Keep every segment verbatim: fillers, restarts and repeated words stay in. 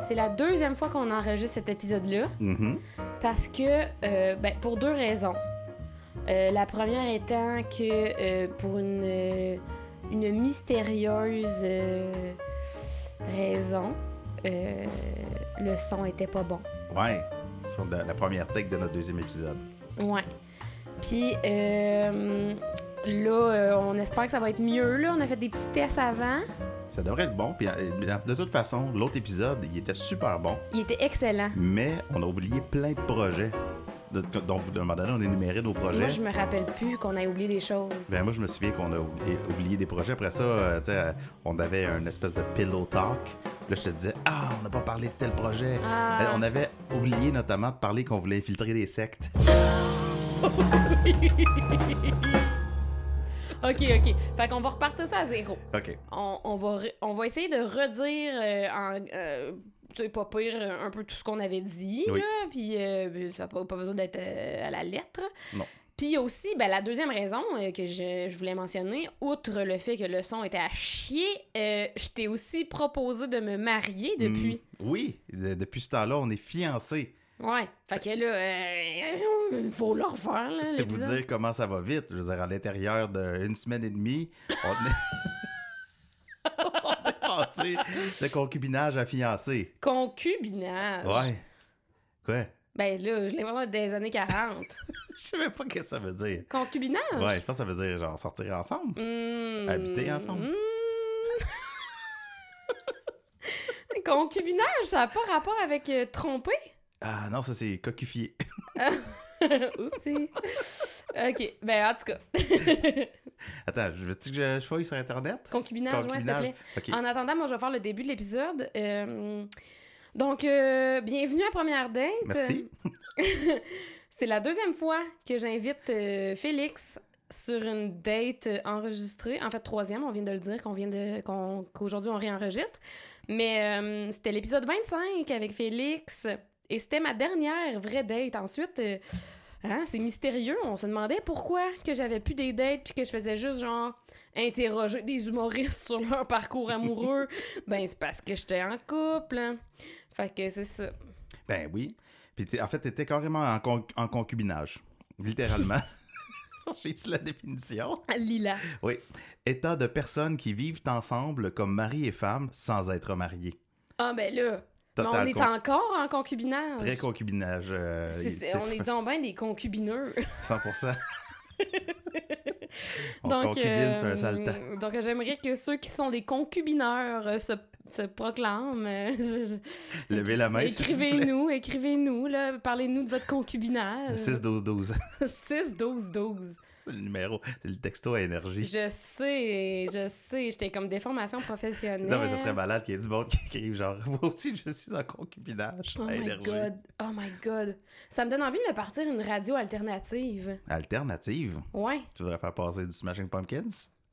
C'est la deuxième fois qu'on enregistre cet épisode-là. Mm-hmm. Parce que, euh, ben, pour deux raisons. Euh, la première étant que euh, pour une, euh, une mystérieuse euh, raison, euh, le son était pas bon. Ouais, sur la, la première take de notre deuxième épisode. Ouais. Puis euh, là, euh, on espère que ça va être mieux. Là, on a fait des petits tests avant. Ça devrait être bon. Puis de toute façon, l'autre épisode, il était super bon. Il était excellent. Mais on a oublié plein de projets. De, dont, à un moment donné, on énumérait nos projets. Moi, je me rappelle plus qu'on a oublié des choses. Ben moi, je me souviens qu'on a oublié, oublié des projets. Après ça, euh, tu sais, on avait une espèce de pillow talk. Là, je te disais, ah, on n'a pas parlé de tel projet. Ah. Euh, on avait oublié notamment de parler qu'on voulait infiltrer des sectes. OK, OK. Fait qu'on va repartir ça à zéro. OK. On, on, va, re- on va essayer de redire euh, en... Euh, tu sais, pas pire, un peu tout ce qu'on avait dit, Oui. là. Puis euh, ça n'a pas, pas besoin d'être euh, à la lettre. Non. Puis il y a aussi, ben, la deuxième raison euh, que je, je voulais mentionner, outre le fait que le son était à chier, euh, je t'ai aussi proposé de me marier depuis. Mm, oui, de- depuis ce temps-là, on est fiancés. Ouais. Fait que là, il faut le refaire, là. C'est vous l'épisode. dire comment ça va vite. Je veux dire, à l'intérieur d'une semaine et demie, on est... on est passé de concubinage à fiancé. Concubinage. Ouais. Quoi? Ben là, je l'ai vraiment des années quarante. Je sais même pas ce que ça veut dire. Concubinage? Ouais, je pense que ça veut dire genre sortir ensemble. Mmh. Habiter ensemble. Mmh. Concubinage, ça n'a pas rapport avec euh, tromper? Ah non, ça c'est cocufié. Oupsie. OK, ben en tout cas. Attends, veux-tu que je, je fouille sur Internet? Concubinage, ouais, s'il te plaît. OK. En attendant, moi, je vais faire le début de l'épisode. Euh, Donc, euh, bienvenue à Première Date. Merci. C'est la deuxième fois que j'invite euh, Félix sur une date euh, enregistrée. En fait, troisième, on vient de le dire, qu'on vient de, qu'on, qu'aujourd'hui, on réenregistre. Mais euh, c'était l'épisode vingt-cinq avec Félix. Et c'était ma dernière vraie date. Ensuite, euh, hein, c'est mystérieux. On se demandait pourquoi que j'avais plus des dates puis que je faisais juste, genre, interroger des humoristes sur leur parcours amoureux. Ben, c'est parce que j'étais en couple. Hein. Fait que c'est ça. Ben oui. Puis t'es- en fait, t'étais carrément en, con- en concubinage. Littéralement. J'ai dit la définition. Lila. Oui. État de personnes qui vivent ensemble comme mari et femme sans être mariés. Ah, ben là. Mais Total on est con- encore en concubinage. Très concubinage. Euh, C'est- c'est- on actif. est donc bien des concubineux. cent pour cent. On donc, concubine euh, sur un sale temps. donc, j'aimerais que ceux qui sont des concubineurs euh, se, se proclament. euh, je- je- Levez la main, s'il vous plaît. Écrivez-nous, écrivez-nous, là, parlez-nous de votre concubinage. six douze douze. six douze douze. C'est le numéro. C'est le texto à énergie. Je sais, je sais, j'étais comme déformation professionnelle. Non, mais ça serait malade qu'il y ait du monde qui écrive genre « Moi aussi, je suis en concubinage Oh à my énergie. god, oh my god. Ça me donne envie de me partir une radio alternative. » Alternative. Ouais, Tu voudrais faire passer du Smashing Pumpkins?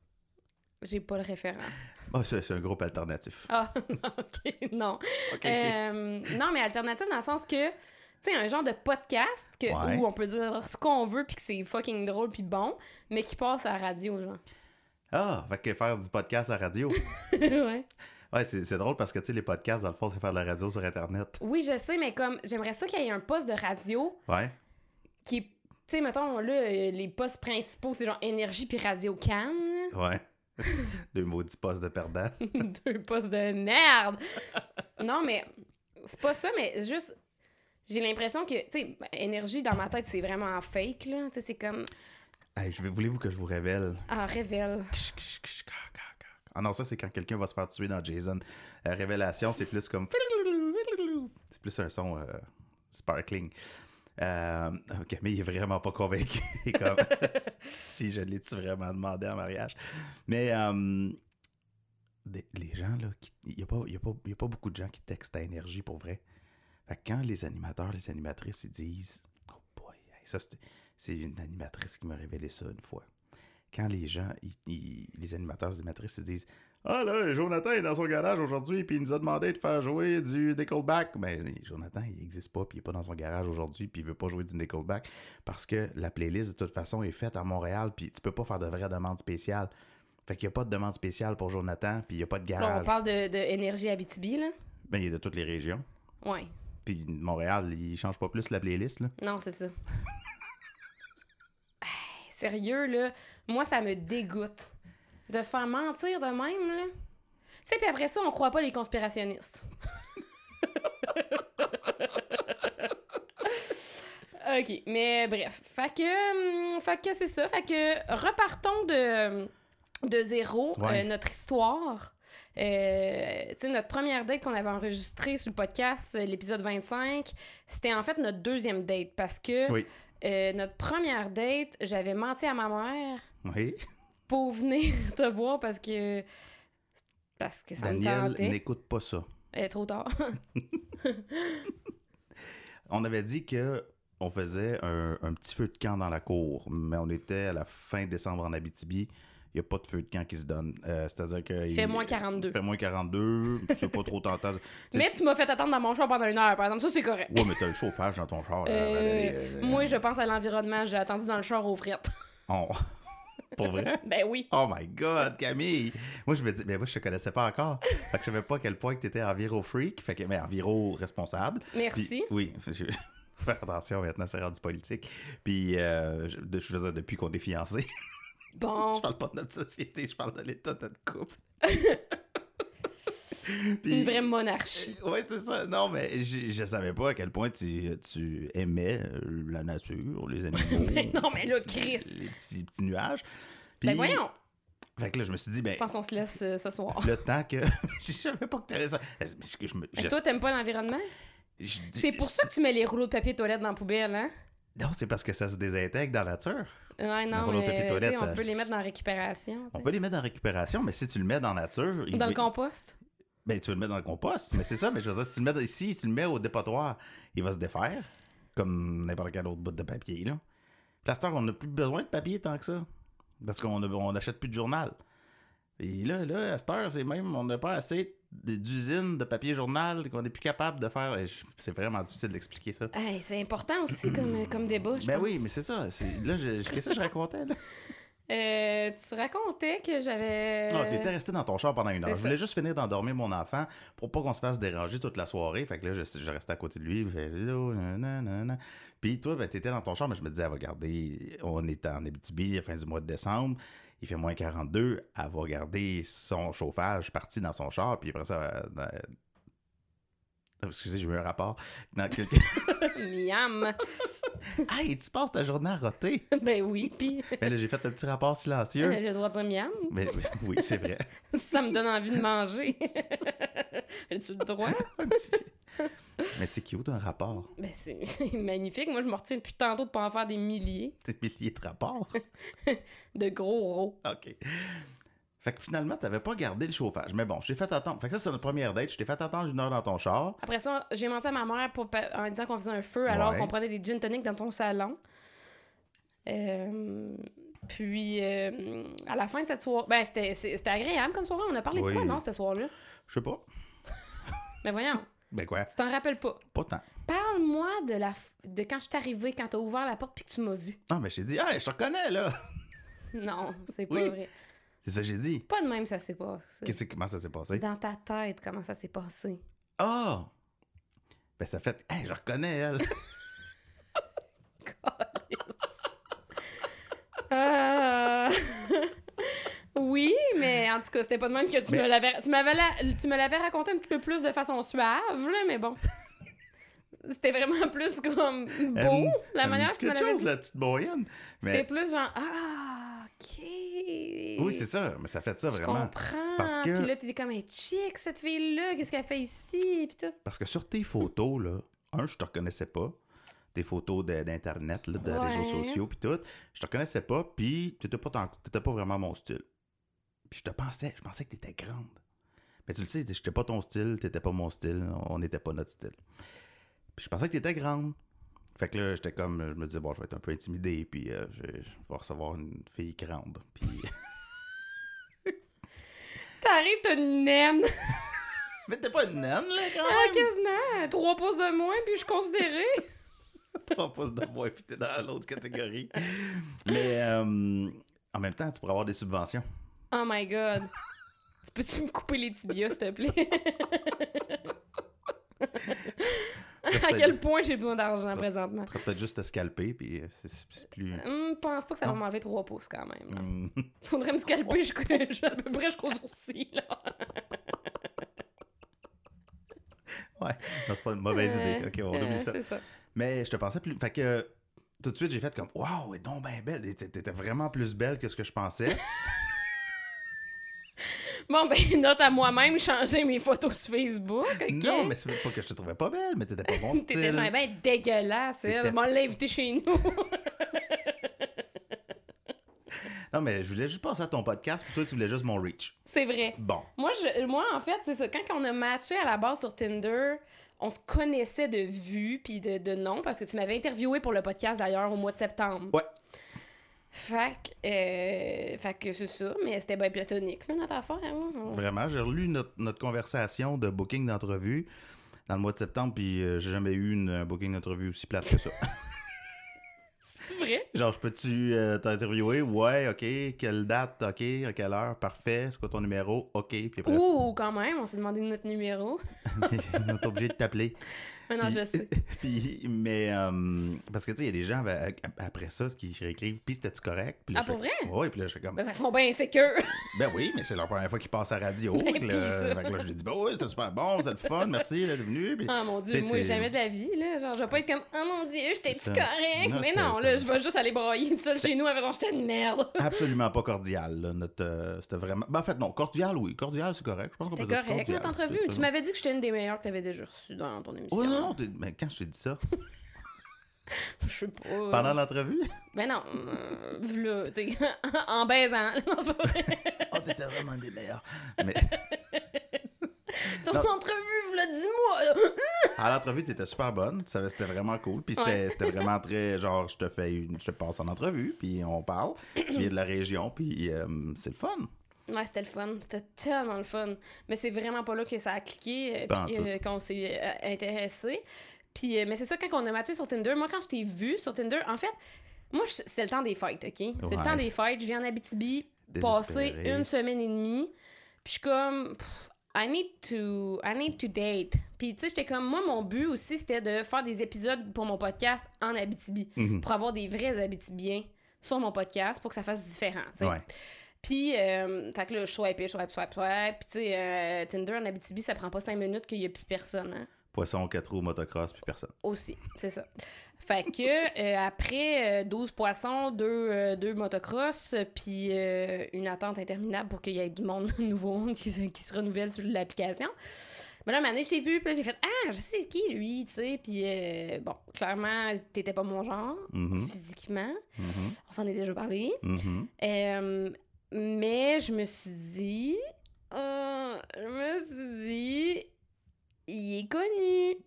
j'ai pas le référent. Oh, c'est c'est un groupe alternatif. Ah, ok, non. OK, OK. Euh, non, mais alternative dans le sens que, tu sais, un genre de podcast que, Ouais. où on peut dire ce qu'on veut puis que c'est fucking drôle puis bon, mais qui passe à la radio, genre. Ah, fait que faire du podcast à radio. Ouais. Ouais, c'est c'est drôle parce que, tu sais, les podcasts, dans le fond, c'est faire de la radio sur Internet. Oui, je sais, mais comme, j'aimerais ça qu'il y ait un poste de radio Ouais. qui est, tu sais, mettons, là, euh, les postes principaux, c'est genre Énergie puis Radio Cannes. Ouais. Deux maudits postes de perdants. Deux postes de merde! Non, mais c'est pas ça, mais juste, j'ai l'impression que, tu sais, Énergie, dans ma tête, c'est vraiment fake, là. Tu sais, c'est comme, Hey, je vais, voulez-vous que je vous révèle? ah, révèle. Ksh, ksh, ksh, ka, ka, ka. Ah non, ça, c'est quand quelqu'un va se faire tuer dans Jason. Euh, révélation, c'est plus comme... C'est plus un son euh, sparkling. Euh, ok, mais il est vraiment pas convaincu. Comme, si je l'ai-tu vraiment demandé en mariage. Mais euh, des- les gens, là, il n'y a, pas- y a, pas- y a pas beaucoup de gens qui textent à énergie pour vrai. Fait que quand les animateurs, les animatrices, ils disent « Oh boy, hey, ça c'est, c'est une animatrice qui m'a révélé ça une fois. » Quand les gens, ils- ils- les animateurs, les animatrices, ils disent « Ah là, Jonathan est dans son garage aujourd'hui, puis il nous a demandé de faire jouer du Nickelback. » Mais Jonathan, il n'existe pas, puis il n'est pas dans son garage aujourd'hui, puis il veut pas jouer du Nickelback, parce que la playlist, de toute façon, est faite à Montréal, puis tu peux pas faire de vraie demande spéciale. Fait qu'il n'y a pas de demande spéciale pour Jonathan, puis il n'y a pas de Là, garage. on parle de, de Énergie Abitibi, là. Ben, il est de toutes les régions. Ouais. Puis Montréal, il change pas plus la playlist, là. Non, c'est ça. Hey, sérieux, là, moi, ça me dégoûte de se faire mentir de même, là. Tu sais, puis après ça, on croit pas les conspirationnistes. OK, mais bref. Fait que, hum, fait que c'est ça. Fait que repartons de, de zéro, Ouais. euh, notre histoire. Euh, tu sais, notre première date qu'on avait enregistrée sur le podcast, euh, l'épisode vingt-cinq, c'était en fait notre deuxième date parce que Oui. euh, notre première date, j'avais menti à ma mère Oui. pour venir te voir parce que parce que ça me Daniel, tentait. n'écoute pas ça. Elle est trop tard. On avait dit que on faisait un, un petit feu de camp dans la cour, mais on était à la fin décembre en Abitibi. Il n'y a pas de feu de camp qui se donne. Euh, c'est-à-dire que... Il fait moins quarante-deux. Il fait moins quarante-deux. C'est pas trop tentant. Mais tu m'as fait attendre dans mon char pendant une heure, par exemple. Ça, c'est correct. Ouais, mais t'as le chauffage dans ton char. là. Euh, Euh, moi, je pense à l'environnement. J'ai attendu dans le char aux frites. on- Pour vrai? Ben oui. Oh my God, Camille! Moi, je me dis, mais moi, je te connaissais pas encore. Fait que je savais pas à quel point que t'étais enviro freak. Fait que, mais enviro responsable. Merci. Puis, oui, je vais faire attention maintenant, c'est rendu politique. Puis, euh, je, je veux dire, depuis qu'on est fiancés. Bon. Je parle pas de notre société, je parle de l'état de notre couple. Une vraie monarchie. Oui, c'est ça. Non, mais je, je savais pas à quel point tu, tu aimais euh, la nature, les animaux. Ben non, mais là, Chris. Les petits, petits nuages. Puis, Ben voyons. Fait que là, je me suis dit, ben. Je pense qu'on se laisse euh, ce soir. Le temps que. Je savais pas que t'avais ça. Est-ce que je me. Mais je- toi, t'aimes pas l'environnement? je- C'est pour ça que tu mets les rouleaux de papier toilette dans la poubelle, hein? Non, c'est parce que ça se désintègre dans la nature. Ouais, Les non, rouleaux de mais papier tu toilette, sais, on ça- peut les mettre dans la récupération. tu On sais. peut les mettre dans la récupération, mais si tu le mets dans la nature. il Dans le va- compost. Ben, tu veux le mettre dans le compost. Mais c'est ça, mais je veux dire, si tu le mets dans- ici, si tu le mets au dépotoir, il va se défaire. Comme n'importe quel autre bout de papier, là. Puis à cette heure, on n'a plus besoin de papier tant que ça. Parce qu'on n'achète plus de journal. Et là, là, à cette heure, c'est même, on n'a pas assez d- d'usines de papier journal qu'on n'est plus capable de faire. Et je- C'est vraiment difficile d'expliquer ça. Hey, c'est important aussi comme, comme débat, je Ben pense. oui, mais c'est ça. c'est- Là, je, je- qu'est-ce que je racontais, là? Euh, tu racontais que j'avais... Ah, t'étais resté dans ton char pendant une c'est heure. Je ça. voulais juste finir d'endormir mon enfant pour pas qu'on se fasse déranger toute la soirée. Fait que là, je, je restais à côté de lui. Il fait hello, nanana. Puis toi, ben, t'étais dans ton char, mais je me disais, elle va regarder. On est en Abitibi, à la fin du mois de décembre. Il fait moins quarante-deux. Elle va garder son chauffage parti dans son char. Puis après ça, euh, dans- excusez, j'ai eu un rapport. Dans quelques... Miam! Hey, tu passes ta journée à roter. Ben oui, puis Ben là, j'ai fait un petit rapport silencieux. j'ai le droit de dire miam. Mais, mais oui, c'est vrai. Ça me donne envie de manger. As-tu le droit? Un petit- Mais c'est cute, un rapport. Ben c'est c'est magnifique. Moi, je me retiens depuis tantôt de pas en faire des milliers Des milliers de rapports. de gros rots. OK. Fait que finalement, t'avais pas gardé le chauffage. Mais bon, je t'ai fait attendre. Fait que ça, c'est notre première date. Je t'ai fait attendre une heure dans ton char. Après ça, j'ai menti à ma mère pour, pa- en disant qu'on faisait un feu alors Ouais. qu'on prenait des gin tonic dans ton salon. Euh, puis, euh, à la fin de cette soirée... Ben, c'était, c'est- c'était agréable comme soirée. On a parlé Oui. de quoi, non, ce soir-là? Je sais pas. Mais voyons, Ben quoi? tu t'en rappelles pas. Pas tant. Parle-moi de la f- de quand je suis arrivée, quand t'as ouvert la porte puis que tu m'as vue. Non, mais j'ai dit, hey, je te reconnais, là. Non, c'est pas Oui. vrai. C'est ça que j'ai dit. Pas de même ça s'est passé. Qu'est-ce que, comment ça s'est passé? Dans ta tête, comment ça s'est passé? Ah! Ben ça fait, hey, je reconnais, elle. Euh... oui, mais en tout cas, c'était pas de même que tu Mais- me l'avais... Tu m'avais la- tu me l'avais raconté un petit peu plus de façon suave, là, mais bon. C'était vraiment plus comme beau, Elle- la elle me manière dit que tu me quelque l'avais chose, dit. la petite moyenne. C'était Mais plus genre, ah, OK. oui, c'est ça. Mais ça fait ça Je vraiment. comprends. Parce que- Puis là, t'étais comme, hey, chic, cette fille-là, qu'est-ce qu'elle fait ici? Puis tout. Parce que sur tes photos, là, un, je te reconnaissais pas. Tes photos de- d'Internet, là, de Ouais. réseaux sociaux, puis tout. Je te reconnaissais pas, puis t'étais pas, tant- t'étais pas vraiment mon style. Puis je te pensais, je pensais que t'étais grande. Mais tu le sais, j'étais pas ton style, t'étais pas mon style, on n'était pas notre style. Puis je pensais que t'étais grande. Fait que là, j'étais comme, je me disais, bon, je vais être un peu intimidé, puis euh, je, je vais recevoir une fille grande. Puis T'arrives, t'as une naine. mais t'es pas une naine, là, quand Ah, même! quasiment. Trois pouces de moins, puis je suis considérée. Trois pouces de moins, puis t'es dans l'autre catégorie. Mais euh, en même temps, tu pourrais avoir des subventions. Oh my God. Tu peux-tu me couper les tibias, s'il te plaît? à quel point j'ai besoin d'argent présentement. Tu peut-être juste te scalper, puis c'est, c'est plus... Je pense pas que ça va m'enlever trois pouces quand même. Là. Mm. Faudrait me scalper, je, je, à peu près jusqu'aux sourcils, là. Ouais, non, c'est pas une mauvaise idée. OK, on euh, oublie ça. C'est ça. Mais je te pensais plus... Fait que tout de suite, j'ai fait comme « Wow, elle est donc bien belle. » T'étais vraiment plus belle que ce que je pensais. Bon, ben, note à moi-même changer mes photos sur Facebook, OK? Non, mais c'est pas que je te trouvais pas belle, mais t'étais pas bon style. T'étais vraiment dégueulasse, elle. T'étais- M'en l'a invité chez nous. Non, mais je voulais juste passer à ton podcast, puis toi, tu voulais juste mon reach. C'est vrai. Bon. Moi, je, moi, en fait, c'est ça. Quand on a matché à la base sur Tinder, on se connaissait de vue puis de, de nom, parce que tu m'avais interviewé pour le podcast, d'ailleurs, au mois de septembre. Ouais. Fait que, euh, fait que c'est ça, mais c'était bien platonique, là, notre affaire. Hein? On- Vraiment, j'ai relu notre, notre conversation de booking d'entrevue dans le mois de septembre, puis euh, j'ai jamais eu une, un booking d'entrevue aussi plate que ça. C'est vrai? Genre, je peux-tu euh, t'interviewer? Ouais, OK. Quelle date? OK. À quelle heure? Parfait. C'est quoi ton numéro? OK. Puis après ça, Ouh, quand même, on s'est demandé notre numéro. on est obligé de t'appeler. Maintenant, Puis- je sais. Puis, mais, euh, parce que, tu sais, il y a des gens ben, après ça qui réécrivent, puis c'était-tu correct? Puis là, Ah, je pour fais- vrai? Ouais, puis là, je fais comme, Ben, ils sont bien insécures. ben oui, mais c'est leur première fois qu'ils passent à la radio. Ben, Fait que puis là, ça. fait que là, je lui dis, ben oui, c'était super bon, c'était le fun, merci d'être venu. Puis, Ah mon Dieu, tu sais, moi, c'est- jamais de la vie, là. Genre, je vais pas être comme, oh mon Dieu, j'étais C'est petit ça. correct. Non, Mais c'était- non, c'était- là, je vais juste aller broyer tout seul chez nous avec genre, j'étais une merde. absolument pas cordial, là, notre, euh, c'était vraiment... Ben, en fait, non, cordial, oui, cordial, c'est correct. Je pense qu'on peut C'était dire correct, cordial, notre entrevue. c'est- Tu m'avais dit que j'étais une des meilleures que tu avais déjà reçues dans ton émission. Oh non, non, t'es- mais quand je t'ai dit ça? Je sais pas. Pendant l'entrevue? Ben non, euh, v'là, tu sais, en baisant. Non, c'est pas vrai. Oh, t'étais vraiment une des meilleures. Mais Ton Non. entrevue, v'là dix mois. là. à l'entrevue, t'étais super bonne. Ça, c'était vraiment cool. Puis c'était, Ouais. c'était vraiment très... Genre, je te fais une... Je te passe en entrevue, puis on parle. Tu viens de la région, puis euh, c'est le fun. Ouais, c'était le fun. C'était tellement le fun. Mais c'est vraiment pas là que ça a cliqué, euh, Pas en puis tout. euh, qu'on s'est euh, intéressé. Puis, euh, mais c'est ça, quand on a matché sur Tinder, moi, quand je t'ai vu sur Tinder, en fait, moi, je- c'est le temps des fêtes, OK? C'est Ouais. le temps des fêtes. Je viens en Abitibi, passer Désespéré. une semaine et demie. Puis je suis comme, pff, I need to, I need to date. Puis tu sais, j'étais comme, moi, mon but aussi, c'était de faire des épisodes pour mon podcast en Abitibi. Mhm. Pour avoir des vrais Abitibiens sur mon podcast, pour que ça fasse différent, tu sais. Ouais. Puis, euh, fait que là, je swipe, je swipe, swipe, swipe. Puis, tu sais, euh, Tinder en Abitibi, ça prend pas cinq minutes qu'il y a plus personne, hein. Poisson, quatre roues, motocross, puis personne. Aussi, c'est ça. Fait que, euh, après euh, douze poissons, deux, euh, deux motocross, puis euh, une attente interminable pour qu'il y ait du monde nouveau qui, se- qui se renouvelle sur l'application. Mais là, un moment donné, je t'ai vu, puis là, j'ai fait « Ah, je sais qui, lui, tu sais. » Puis, euh, bon, clairement, t'étais pas mon genre, Mhm. physiquement. Mhm. On s'en est déjà parlé. Mhm. Euh, mais je me suis dit, euh, je me suis dit, il est connu,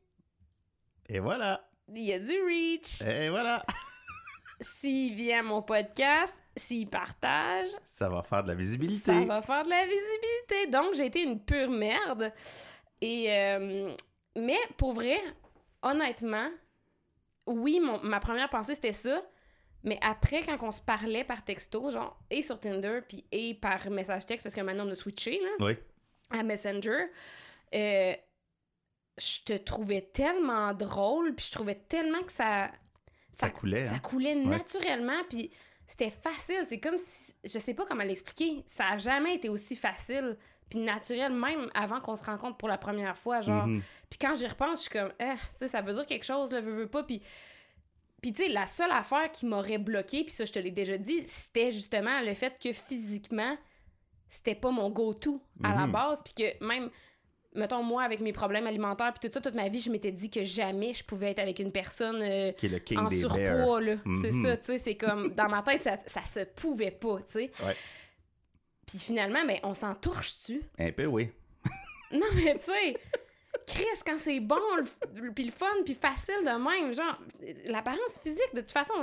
Et voilà. il y a du reach. Et voilà. S'il vient à mon podcast, s'il partage, Ça va faire de la visibilité. ça va faire de la visibilité. Donc, j'ai été une pure merde. Et, euh, mais pour vrai, honnêtement, oui, mon- ma première pensée, c'était ça. Mais après, quand on se parlait par texto, genre, et sur Tinder, puis et par message texte, parce que maintenant, on a switché, là, Oui. à Messenger, euh, je te trouvais tellement drôle, puis je trouvais tellement que ça... Ça coulait, Ça hein? coulait naturellement, puis c'était facile. C'est comme si... Je sais pas comment l'expliquer. Ça a jamais été aussi facile, puis naturel, même avant qu'on se rencontre pour la première fois, genre. Mhm. Puis quand j'y repense, je suis comme, ah, tu sais, ça veut dire quelque chose, là, veux, veux pas. Puis, puis tu sais, la seule affaire qui m'aurait bloqué, puis ça, je te l'ai déjà dit, c'était justement le fait que physiquement, c'était pas mon go-to à la Mhm. base, puis que même, mettons, moi, avec mes problèmes alimentaires, puis tout ça, toute ma vie, je m'étais dit que jamais je pouvais être avec une personne euh, Qui est le king en des surpoids, bears. là. C'est Mhm. ça, tu sais, c'est comme, dans ma tête, ça, ça se pouvait pas, tu sais. Ouais. Puis finalement, ben, on s'en touche-tu? Un peu, oui. Non, mais tu sais, Chris, quand c'est bon, le f- puis le fun, puis facile de même, genre, l'apparence physique, de toute façon,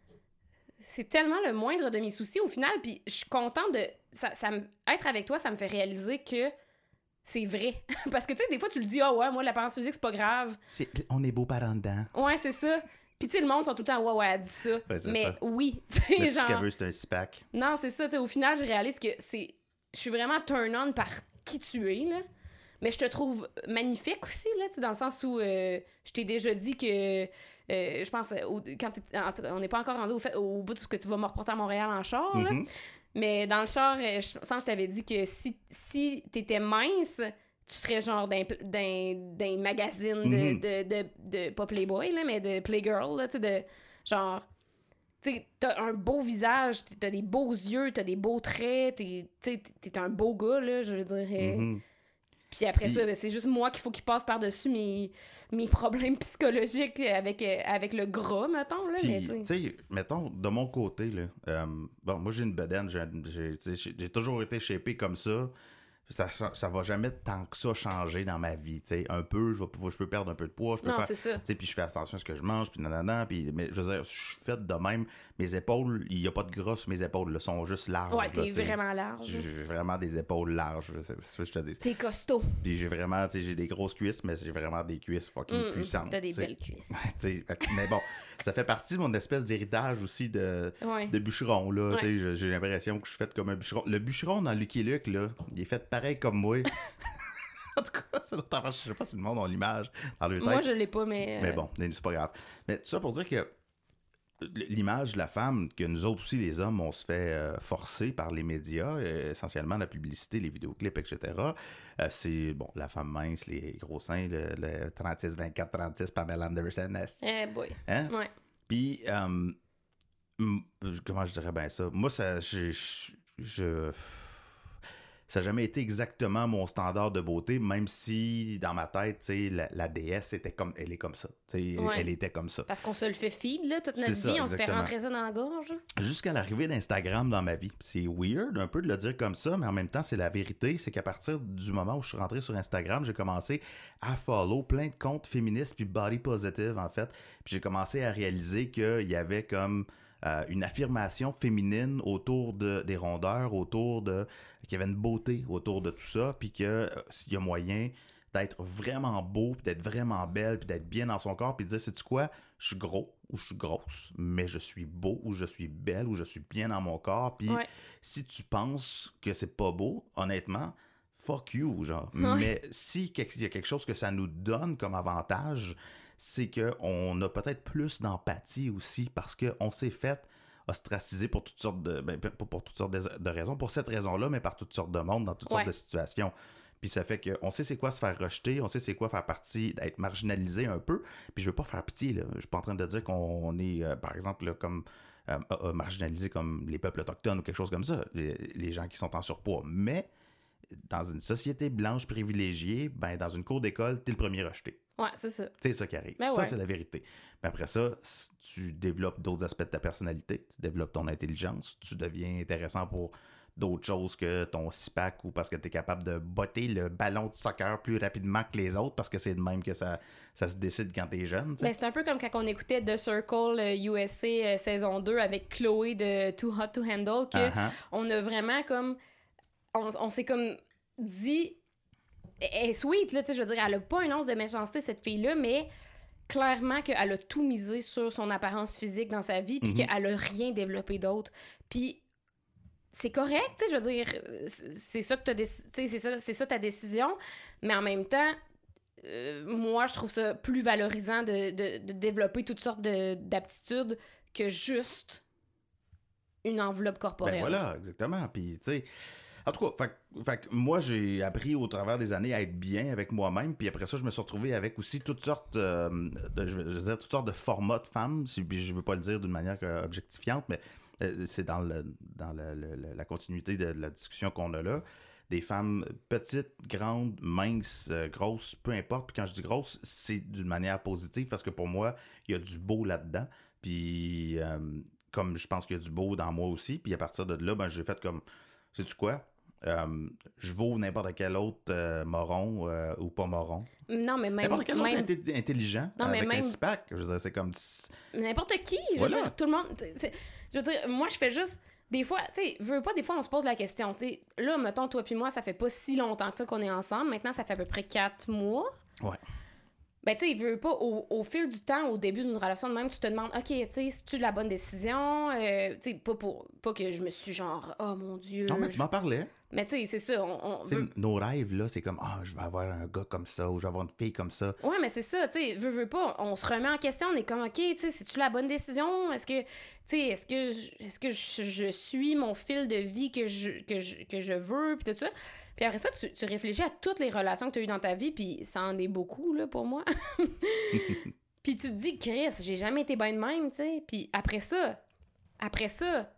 c'est tellement le moindre de mes soucis au final, puis je suis contente de... Ça, ça me- être avec toi, ça me fait réaliser que c'est vrai. Parce que, tu sais, des fois, tu le dis, « Ah ouais, moi, l'apparence physique, c'est pas grave. C'est... On est beau par en dedans. » Ouais, c'est ça. Puis, tu sais, le monde sont tout le temps, « Ouais, ouais, elle dit ça. Ouais, c'est Mais ça. oui, tu Mais sais, tout ce qu'elle genre... veut, c'est un six-pack. Non, c'est ça, tu sais, au final, je réalise que c'est... Je suis vraiment turn-on par qui tu es, là. Mais je te trouve magnifique aussi, là, tu sais, dans le sens où euh, je t'ai déjà dit que, euh, je pense, au, quand t'es, en tout cas, on n'est pas encore rendu au, fait, au bout de ce que tu vas me reporter à Montréal en char, là. Mm-hmm. Mais dans le char, euh, je pense que je t'avais dit que si, si t'étais mince, tu serais genre d'un, d'un, d'un magazine de, Mm-hmm. de, de, de, de, pas Playboy, là, mais de Playgirl, là, tu sais, de genre... Tu sais, t'as un beau visage, t'as des beaux yeux, t'as des beaux traits, t'es, t'sais, t'es un beau gars, là, je veux dire. Mm-hmm. Puis après Puis... ça, ben, c'est juste moi qu'il faut qu'il passe par-dessus mes, mes problèmes psychologiques avec, euh, avec le gras, mettons. Là, Puis, mais tu sais, mettons, de mon côté, là, euh, bon, moi, j'ai une bedaine, j'ai, j'ai, j'ai toujours été shapé comme ça. Ça, ça va jamais tant que ça changer dans ma vie, tu sais. Un peu, je, vais, je peux perdre un peu de poids, je peux non, faire... c'est ça. Tu sais, puis je fais attention à ce que je mange, puis nanana, puis... Mais je veux dire, je suis faite de même. Mes épaules, il n'y a pas de gras sur mes épaules, elles sont juste larges. Ouais, t'es là, t'sais. vraiment large. J'ai vraiment des épaules larges, c'est ce que je te dis. T'es costaud. Puis j'ai vraiment, tu sais, j'ai des grosses cuisses, mais j'ai vraiment des cuisses fucking mmh, puissantes. T'as des t'sais. belles cuisses. T'sais, mais bon, ça fait partie de mon espèce d'héritage aussi de, ouais. de bûcheron, là. Ouais. J'ai, j'ai l'impression que je suis faite comme un bûcheron. Le bûcheron dans Lucky Luke, là, il est fait pareil comme moi. En tout cas, c'est l'autre affaire. Je sais pas si le monde a l'image dans leur tête. Moi, je l'ai pas, mais... Euh... Mais bon, c'est pas grave. Mais tout ça pour dire que l'image de la femme, que nous autres aussi, les hommes, on se fait euh, forcer par les médias, euh, essentiellement la publicité, les vidéoclips, et cetera. Euh, c'est, bon, la femme mince, les gros seins, le, le trente-six vingt-quatre trente-six Pamela Anderson. Eh boy. Hein? Ouais. Puis, euh, m- comment je dirais bien ça? Moi, ça, je... je, je ça n'a jamais été exactement mon standard de beauté, même si dans ma tête, tu sais, la, la déesse était comme, elle est comme ça. Tu sais, ouais. Elle était comme ça. Parce qu'on se le fait feed, là, toute notre C'est vie, ça, on se fait rentrer ça dans la gorge. Jusqu'à l'arrivée d'Instagram dans ma vie. C'est weird un peu de le dire comme ça, mais en même temps, c'est la vérité. C'est qu'à partir du moment où je suis rentré sur Instagram, j'ai commencé à follow plein de comptes féministes puis body positive, en fait. Puis j'ai commencé à réaliser qu'il y avait comme... Euh, une affirmation féminine autour de, des rondeurs, autour de... qu'il y avait une beauté autour de tout ça, puis qu'il euh, y a moyen d'être vraiment beau, puis d'être vraiment belle, puis d'être bien dans son corps, puis de dire, sais-tu quoi, je suis gros ou je suis grosse, mais je suis beau ou je suis belle ou je suis bien dans mon corps, puis ouais. Si tu penses que c'est pas beau, honnêtement, fuck you, genre. Ouais. Mais si il y a quelque chose que ça nous donne comme avantage, c'est qu'on a peut-être plus d'empathie aussi parce qu'on s'est fait ostraciser pour toutes sortes de ben, pour, pour toutes sortes de, de raisons, pour cette raison-là, mais par toutes sortes de monde, dans toutes ouais. sortes de situations. Puis ça fait qu'on sait c'est quoi se faire rejeter, on sait c'est quoi faire partie, d'être marginalisé un peu. Puis je veux pas faire pitié, là. Je suis pas en train de dire qu'on est, euh, par exemple, là, comme euh, euh, marginalisé comme les peuples autochtones ou quelque chose comme ça, les, les gens qui sont en surpoids. Mais dans une société blanche privilégiée, ben dans une cour d'école, t'es le premier rejeté. Ouais, c'est ça. C'est ça qui arrive. Ben ça, ouais. c'est la vérité. Mais après ça, tu développes d'autres aspects de ta personnalité, tu développes ton intelligence, tu deviens intéressant pour d'autres choses que ton six-pack ou parce que tu es capable de botter le ballon de soccer plus rapidement que les autres parce que c'est de même que ça, ça se décide quand t'es jeune. Ben, c'est un peu comme quand on écoutait The Circle euh, U S A euh, saison deux avec Chloé de Too Hot to Handle, que uh-huh. on a vraiment comme... On, on s'est comme dit... Elle est sweet, là, tu sais, je veux dire, elle a pas une once de méchanceté, cette fille-là, mais clairement qu'elle a tout misé sur son apparence physique dans sa vie, puis mm-hmm. qu'elle a rien développé d'autre. Puis c'est correct, tu sais, je veux dire, c'est ça que t'as déc... c'est ça, c'est ça ta décision, mais en même temps, euh, moi, je trouve ça plus valorisant de, de, de développer toutes sortes de, d'aptitudes que juste une enveloppe corporelle. Ben voilà, exactement. Puis, tu sais... En tout cas, fait, fait, moi, j'ai appris au travers des années à être bien avec moi-même, puis après ça, je me suis retrouvé avec aussi toutes sortes, euh, de, je veux dire, toutes sortes de formats de femmes, puis je veux pas le dire d'une manière objectifiante, mais euh, c'est dans, le, dans le, le, la continuité de, de la discussion qu'on a là. Des femmes petites, grandes, minces, euh, grosses, peu importe. Puis quand je dis grosses, c'est d'une manière positive, parce que pour moi, il y a du beau là-dedans, puis euh, comme je pense qu'il y a du beau dans moi aussi, puis à partir de là, ben, j'ai fait comme, sais-tu quoi? Euh, je vaux n'importe quel autre euh, moron euh, ou pas moron. Non, mais même... N'importe quel même... autre inté- intelligent non, avec même... un six-pack. Je veux dire, c'est comme... N'importe qui. Je voilà. veux dire, tout le monde... C'est... Je veux dire, moi, je fais juste... Des fois, tu sais, veux pas, des fois, on se pose la question, tu sais, là, mettons, toi puis moi, ça fait pas si longtemps que ça qu'on est ensemble. Maintenant, ça fait à peu près quatre mois. Ouais. Ben, tu sais, il veut pas, au, au fil du temps, au début d'une relation de même, tu te demandes, OK, tu sais, c'est-tu la bonne décision? Euh, tu sais, pas, pour, pas que je me suis genre, oh mon Dieu. Non, mais je... tu m'en parlais. Mais tu sais, c'est ça. On, on Tu sais, veut... nos rêves, là, c'est comme, ah, je vais avoir un gars comme ça, ou je vais avoir une fille comme ça. Ouais, mais c'est ça, tu sais, veux, veux pas, on se remet en question, on est comme, OK, tu sais, c'est-tu la bonne décision? Est-ce que, tu sais, est-ce que, je, est-ce que je, je suis mon fil de vie que je, que je, que je veux, puis tout ça? Puis après ça, tu, tu réfléchis à toutes les relations que tu as eues dans ta vie, puis ça en est beaucoup, là, pour moi. Puis tu te dis, Chris, j'ai jamais été bien de même, tu sais. Puis après ça, après ça,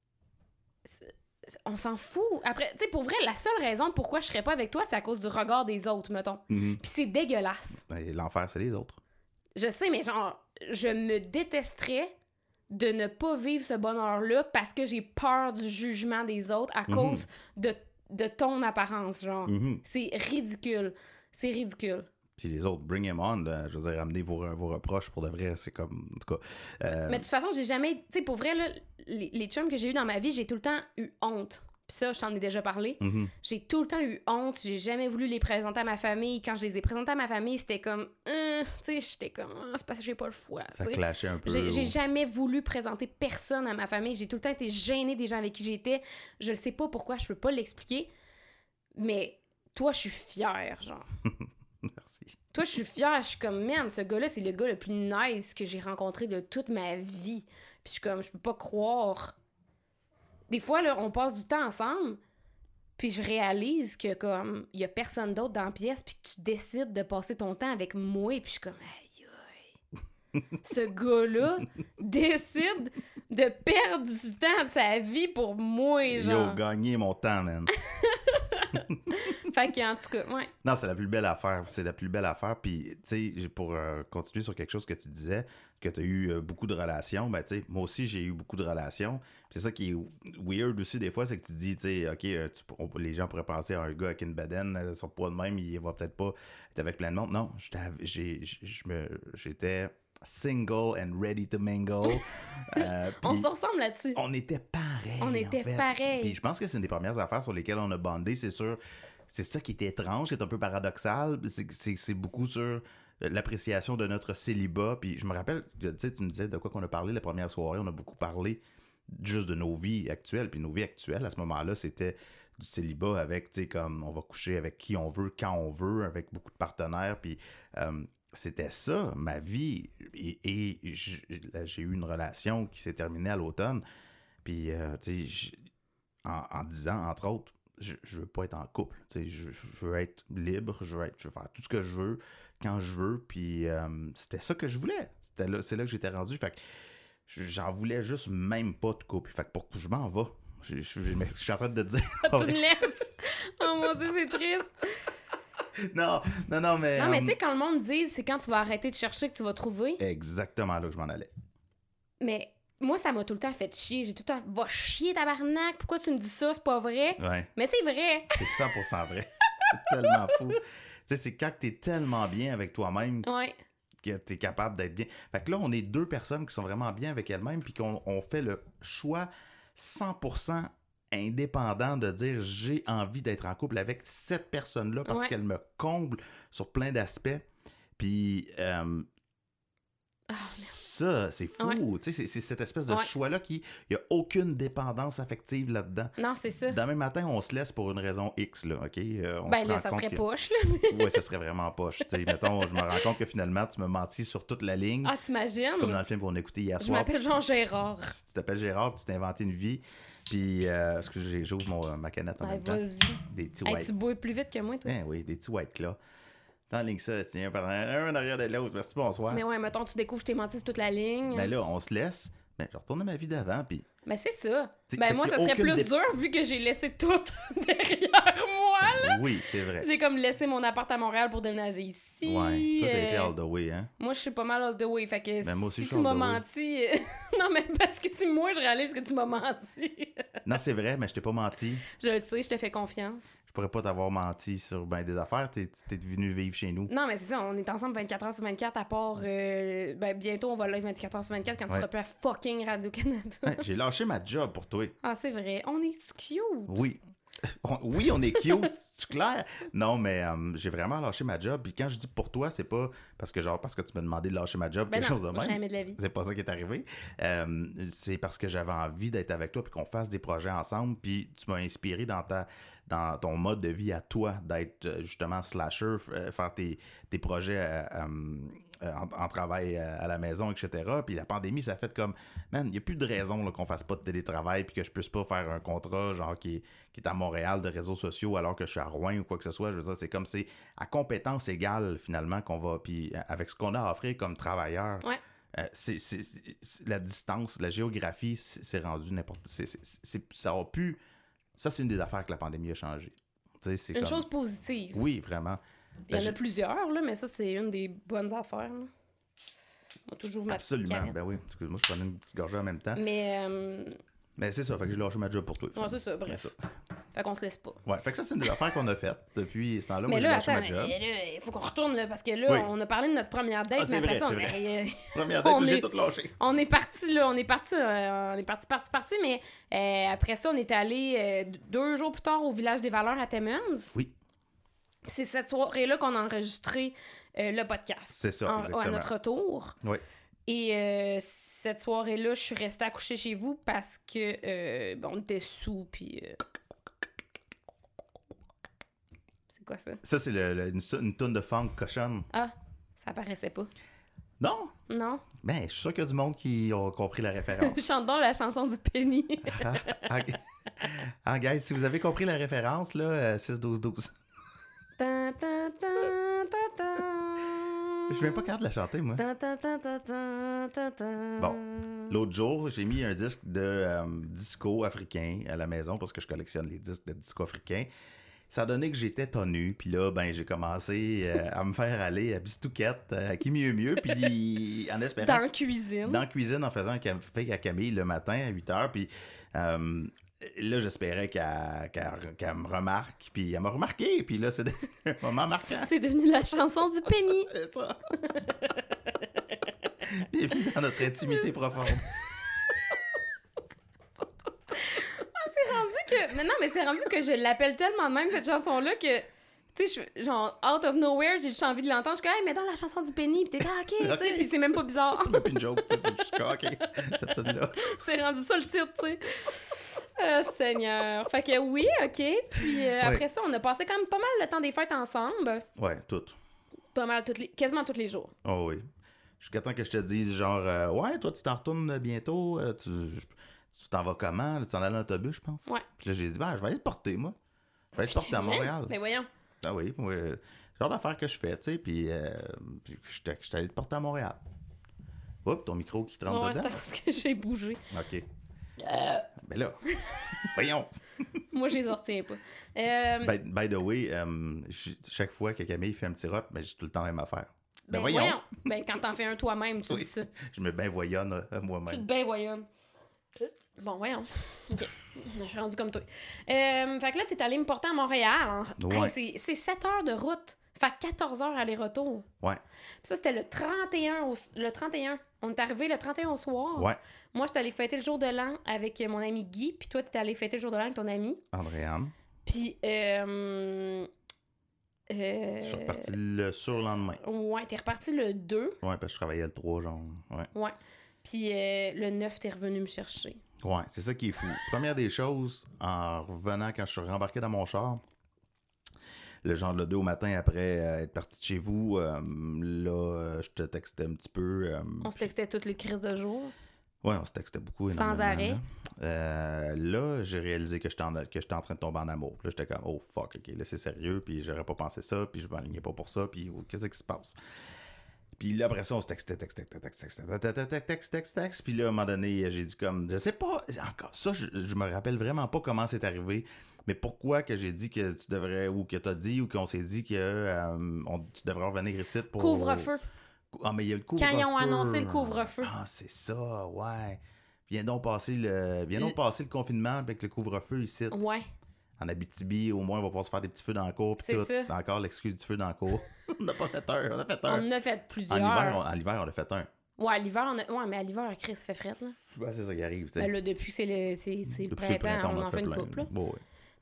on s'en fout. Après, tu sais, pour vrai, la seule raison pourquoi je serais pas avec toi, c'est à cause du regard des autres, mettons. Mm-hmm. Puis c'est dégueulasse. Ben, l'enfer, c'est les autres. Je sais, mais genre, je me détesterais de ne pas vivre ce bonheur-là parce que j'ai peur du jugement des autres à Mm-hmm. cause de de ton apparence, genre. Mm-hmm. C'est ridicule. C'est ridicule. Puis les autres, bring him on, là, je veux dire, amenez vos, vos reproches pour de vrai, c'est comme, en tout cas... Euh... Mais de toute façon, j'ai jamais... Tu sais, pour vrai, là, les, les chums que j'ai eu dans ma vie, j'ai tout le temps eu honte. Puis ça, je t'en ai déjà parlé. Mm-hmm. J'ai tout le temps eu honte. J'ai jamais voulu les présenter à ma famille. Quand je les ai présentés à ma famille, c'était comme... Euh, tu sais, j'étais comme... Ah, c'est parce que j'ai pas le choix. Ça t'sais. clashait un peu. J'ai, j'ai ou... jamais voulu présenter personne à ma famille. J'ai tout le temps été gênée des gens avec qui j'étais. Je ne sais pas pourquoi, je peux pas l'expliquer. Mais toi, je suis fière, genre. Merci. Toi, je suis fière. Je suis comme, man, ce gars-là, c'est le gars le plus nice que j'ai rencontré de toute ma vie. Puis je suis comme, je peux pas croire. Des fois, là, on passe du temps ensemble, puis je réalise que, comme, il y a personne d'autre dans la pièce, puis tu décides de passer ton temps avec moi, puis je suis comme, aïe, aïe. Ce gars-là décide de perdre du temps de sa vie pour moi, genre. Yo, gagner mon temps, man. Fait qu'en tout cas, ouais. Non, c'est la plus belle affaire. C'est la plus belle affaire. Puis, tu sais, pour euh, continuer sur quelque chose que tu disais, que tu as eu euh, beaucoup de relations, ben, tu sais, moi aussi, j'ai eu beaucoup de relations. Puis c'est ça qui est weird aussi, des fois, c'est que tu dis, tu sais, OK, euh, tu, on, les gens pourraient penser à un gars avec une bedaine, euh, son poids de même, il va peut-être pas être avec plein de monde. Non, j'étais, j'ai, je me, j'étais single and ready to mingle. euh, on se ressemble là-dessus. On était pareils. On était en fait. pareils. Puis je pense que c'est une des premières affaires sur lesquelles on a bondé, c'est sûr. C'est ça qui est étrange, qui est un peu paradoxal. C'est, c'est, c'est beaucoup sur l'appréciation de notre célibat. Puis je me rappelle, tu sais, tu me disais de quoi qu'on a parlé la première soirée. On a beaucoup parlé juste de nos vies actuelles. Puis nos vies actuelles, à ce moment-là, c'était du célibat avec, tu sais, comme on va coucher avec qui on veut, quand on veut, avec beaucoup de partenaires. Puis euh, c'était ça, ma vie. Et, et j'ai eu une relation qui s'est terminée à l'automne. Puis, euh, tu sais, en, en disant, entre autres, Je, je veux pas être en couple, tu sais, je, je veux être libre, je veux, être, je veux faire tout ce que je veux, quand je veux, puis euh, c'était ça que je voulais, c'était là, c'est là que j'étais rendu, fait que j'en voulais juste même pas de couple, fait que pour que je m'en vais, je, je, je, je suis en train de te dire... Tu me laisses! Oh mon Dieu, c'est triste! Non, non, non, mais... Non, mais um... tu sais, quand le monde dit, c'est quand tu vas arrêter de chercher que tu vas trouver. Exactement là que je m'en allais. Mais... Moi, ça m'a tout le temps fait chier. J'ai tout le temps... Va chier, tabarnak! Pourquoi tu me dis ça? C'est pas vrai? Ouais. Mais c'est vrai! C'est cent pour cent vrai. C'est tellement fou. Tu sais, c'est quand t'es tellement bien avec toi-même ouais. que t'es capable d'être bien. Fait que là, on est deux personnes qui sont vraiment bien avec elles-mêmes puis qu'on on fait le choix cent pour cent indépendant de dire j'ai envie d'être en couple avec cette personne-là parce ouais. qu'elle me comble sur plein d'aspects. Puis... Euh, Oh, ça, c'est fou. Ouais. Tu sais, c'est, c'est cette espèce de ouais. choix-là qui... Il n'y a aucune dépendance affective là-dedans. Non, c'est ça. Demain matin, on se laisse pour une raison X, là, OK? Euh, on ben se là, rend ça compte serait que... poche, là. Oui, ça serait vraiment poche. Tu sais, mettons, je me rends compte que finalement, tu m'as menti sur toute la ligne. Ah, t'imagines? Comme dans le film qu'on a écouté hier Je soir. m'appelle Jean Gérard. Tu t'appelles Gérard, puis tu t'es inventé une vie. Puis, euh, excusez, j'ouvre mon, ma canette en Ben, même temps. vas-y. Des petits Hey, white... tu bois plus vite que moi, toi. Ben oui, des petits white claws. T'enlignes ça, c'est un par un, un arrière de l'autre. Merci, bonsoir. Mais ouais, mettons, tu découvres que je t'ai menti sur toute la ligne. Ben là, on se laisse. Ben, je retourne à ma vie d'avant, puis... Ben c'est ça. T'sais, ben moi, ça serait plus dé... dur vu que j'ai laissé tout derrière moi, là. Oui, c'est vrai. J'ai comme laissé mon appart à Montréal pour déménager ici. Ouais, toi, t'as euh... été all the way, hein? Moi, je suis pas mal all the way, fait que ben, moi aussi, si je tu m'as all the menti... non, mais parce que si moi, je réalise que tu m'as menti... Non, c'est vrai, mais je t'ai pas menti. Je le sais, je te fais confiance. Je pourrais pas t'avoir menti sur ben des affaires, t'es, t'es venu vivre chez nous. Non, mais c'est ça, on est ensemble vingt-quatre heures sur vingt-quatre, à part... Euh... Ben, bientôt, on va live vingt-quatre heures sur vingt-quatre quand ouais. tu seras plus à fucking Radio-Canada. Ouais, j'ai lâché ma job pour toi. Ah, c'est vrai. On est cute. Oui. on- oui, on est cute, c'est clair. Non, mais euh, j'ai vraiment lâché ma job. Puis quand je dis pour toi, c'est pas parce que genre parce que tu m'as demandé de lâcher ma job, Ben quelque non, chose de moi, même. jamais de la vie. C'est pas ça qui est arrivé. Euh, c'est parce que j'avais envie d'être avec toi puis qu'on fasse des projets ensemble. Puis tu m'as inspiré dans ta dans ton mode de vie à toi, d'être euh, justement slasher, f- euh, faire tes, tes projets euh, euh, en, en travail euh, à la maison, et cetera. Puis la pandémie, ça a fait comme, man, il n'y a plus de raison là, qu'on fasse pas de télétravail puis que je puisse pas faire un contrat genre qui est, qui est à Montréal de réseaux sociaux alors que je suis à Rouen ou quoi que ce soit. Je veux dire, c'est comme c'est à compétence égale finalement qu'on va, puis avec ce qu'on a à offrir comme travailleur. Ouais. Euh, c'est, c'est, c'est- la distance, la géographie, c'est, c'est rendu n'importe... C'est, c'est, c'est- ça a pu... Ça, c'est une des affaires que la pandémie a changé. Tu sais, c'est Une comme... chose positive. Oui, vraiment. Il y en Ben, a plusieurs, là, mais ça, c'est une des bonnes affaires. Là. On va toujours ma petite Absolument, canette. ben oui. Excuse-moi, je prenais une petite gorgée en même temps. Mais, euh, Mais c'est ça, fait que j'ai lâché ma job pour toi. ouais, c'est ça, bref. Fait qu'on se laisse pas. Ouais, fait que ça, c'est une des affaires qu'on a faites depuis ce temps-là. Mais Moi, j'ai là, lâché attends, ma job. mais là, il faut qu'on retourne, là, parce que là, Oui. on a parlé de notre première date, Ah, c'est mais après vrai, ça, c'est on, vrai. euh, Première date, on j'ai est- tout lâché. on est parti, là, on est parti, euh, on est parti, parti, parti, mais euh, après ça, on est allé euh, deux jours plus tard au Village des Valeurs à Timmins. Oui, C'est cette soirée-là qu'on a enregistré euh, le podcast. c'est ça, En- exactement. à notre retour. Oui. Et euh, cette soirée-là, je suis restée accoucher chez vous parce que euh, bon, on était sous, puis... euh, C'est quoi ça? Ça, c'est le, le- une, une toune de funk cochonne. Ah, ça apparaissait pas. Non? Non? Ben, je suis sûr qu'il y a du monde qui a compris la référence. Chante donc la chanson du Penny. ah, ah, ah, guys, si vous avez compris la référence, là, euh, six douze douze. Ta, ta, ta, ta, ta. Je suis même pas capable de la chanter, moi. Ta, ta, ta, ta, ta, ta, ta. Bon. L'autre jour, j'ai mis un disque de euh, disco africain à la maison parce que je collectionne les disques de disco africain. Ça a donné que j'étais tonnu, puis là, ben, j'ai commencé euh, à me faire aller à Bistouquette, à qui mieux mieux, puis en espérant... Dans la cuisine. Dans la cuisine, en faisant un café à Camille le matin à huit heures, puis euh, là, j'espérais qu'elle, qu'elle, qu'elle me remarque, puis elle m'a remarqué, puis là, c'est un moment marquant. C'est devenu la chanson du Penny. C'est ça. Bienvenue dans notre intimité profonde. C'est rendu que... Mais non, mais c'est rendu que je l'appelle tellement de même, cette chanson-là, que... Tu sais, je- genre, out of nowhere, j'ai juste envie de l'entendre. Je suis comme, hey, mets dans la chanson du Penny, pis t'es ah, ok, tu sais, Ok. pis c'est même pas bizarre. C'est même plus une joke, tu sais, c'est juste OK, cette tonne-là. C'est rendu ça le titre, tu sais. Ah, Seigneur. Fait que oui, ok. Puis euh, après ça, on a passé quand même pas mal le temps des fêtes ensemble. Ouais, tout. Pas mal, toutes les... quasiment tous les jours. Oh oui. Jusqu'à temps que je te dise, genre, euh, ouais, toi, tu t'en retournes bientôt, euh, tu, tu t'en vas comment? Là, tu t'en allais en autobus, je pense. Ouais. Puis là, j'ai dit, ben, je vais aller te porter, moi. Je vais aller te porter à Montréal. Mais voyons. Ah oui, moi, euh, c'est le genre d'affaire que je fais, tu sais, puis, euh, puis j'étais j'étais allé te porter à Montréal. Oups, ton micro qui te rentre Ouais, c'est dedans. à cause que j'ai bougé. OK. Ben là, voyons. Moi, je les en retiens pas. Euh, By, by the way, euh, j- chaque fois que Camille fait un petit rot, ben, j'ai tout le temps la même affaire. Ben, ben voyons. Ben quand t'en fais un toi-même, tu Oui. dis ça. Je me ben voyonne euh, Tu te moi-même. ben voyonnes. Bon, voyons. OK. Je suis rendue comme toi. Euh, fait que là, t'es allé me porter à Montréal. Ouais. Hey, c'est, c'est sept heures de route. Fait quatorze heures aller-retour. Ouais, Puis ça, c'était le trente et un. Au, le trente et un. On est arrivé le trente et un au soir. ouais. Moi, j'étais allée fêter le jour de l'an avec mon ami Guy. Puis toi, t'es allé fêter le jour de l'an avec ton ami. Andréane. Puis, euh... euh, Je suis reparti le surlendemain. Ouais, t'es reparti le deux. Ouais, parce que je travaillais le trois, genre. Ouais. Ouais. Puis euh, le neuf, t'es revenu me chercher. Ouais, c'est ça qui est fou. Première des choses, en revenant, quand je suis rembarqué dans mon char, le genre le deux au matin après euh, être parti de chez vous, euh, là, euh, je te textais un petit peu. euh, On se textait toutes les crises de jour. Ouais, on se textait beaucoup. Sans énormément, arrêt. Là, Euh, là j'ai réalisé que j'étais, en, que j'étais en train de tomber en amour. Là, j'étais comme, oh fuck, ok, là, c'est sérieux, puis j'aurais pas pensé ça, puis je m'alignais pas pour ça, puis oh, qu'est-ce qui se passe? Puis là, après ça, on se textait, textait, textait, textait, textait, textait, texte, texte, texte. Puis là, à un moment donné, j'ai dit comme, je sais pas, encore ça, je, je me rappelle vraiment pas comment c'est arrivé, mais pourquoi que j'ai dit que tu devrais, ou que t'as dit, ou qu'on s'est dit que euh, on, tu devrais revenir ici pour... Couvre-feu. Ah, mais il y a le couvre-feu. Quand ils ont annoncé le couvre-feu. Ah, c'est ça, ouais. Viens donc passer le, viens donc Le- passer le confinement avec le couvre-feu ici. Ouais. En Abitibi, au moins, on va pouvoir se faire des petits feux dans la cour. Puis C'est tout. ça. T'as encore l'excuse du feu dans la cour. On n'a pas fait un, on a fait On un. en a fait En plusieurs. hiver, on, en hiver, on a fait un. Ouais, à l'hiver, on a... Ouais, mais à l'hiver, Chris fait frette, là. Ouais, c'est ça qui arrive. tu sais. Ben là, depuis que c'est le, c'est, c'est le Depuis que c'est printemps, on en a fait une plein. couple, là. Bon, ouais.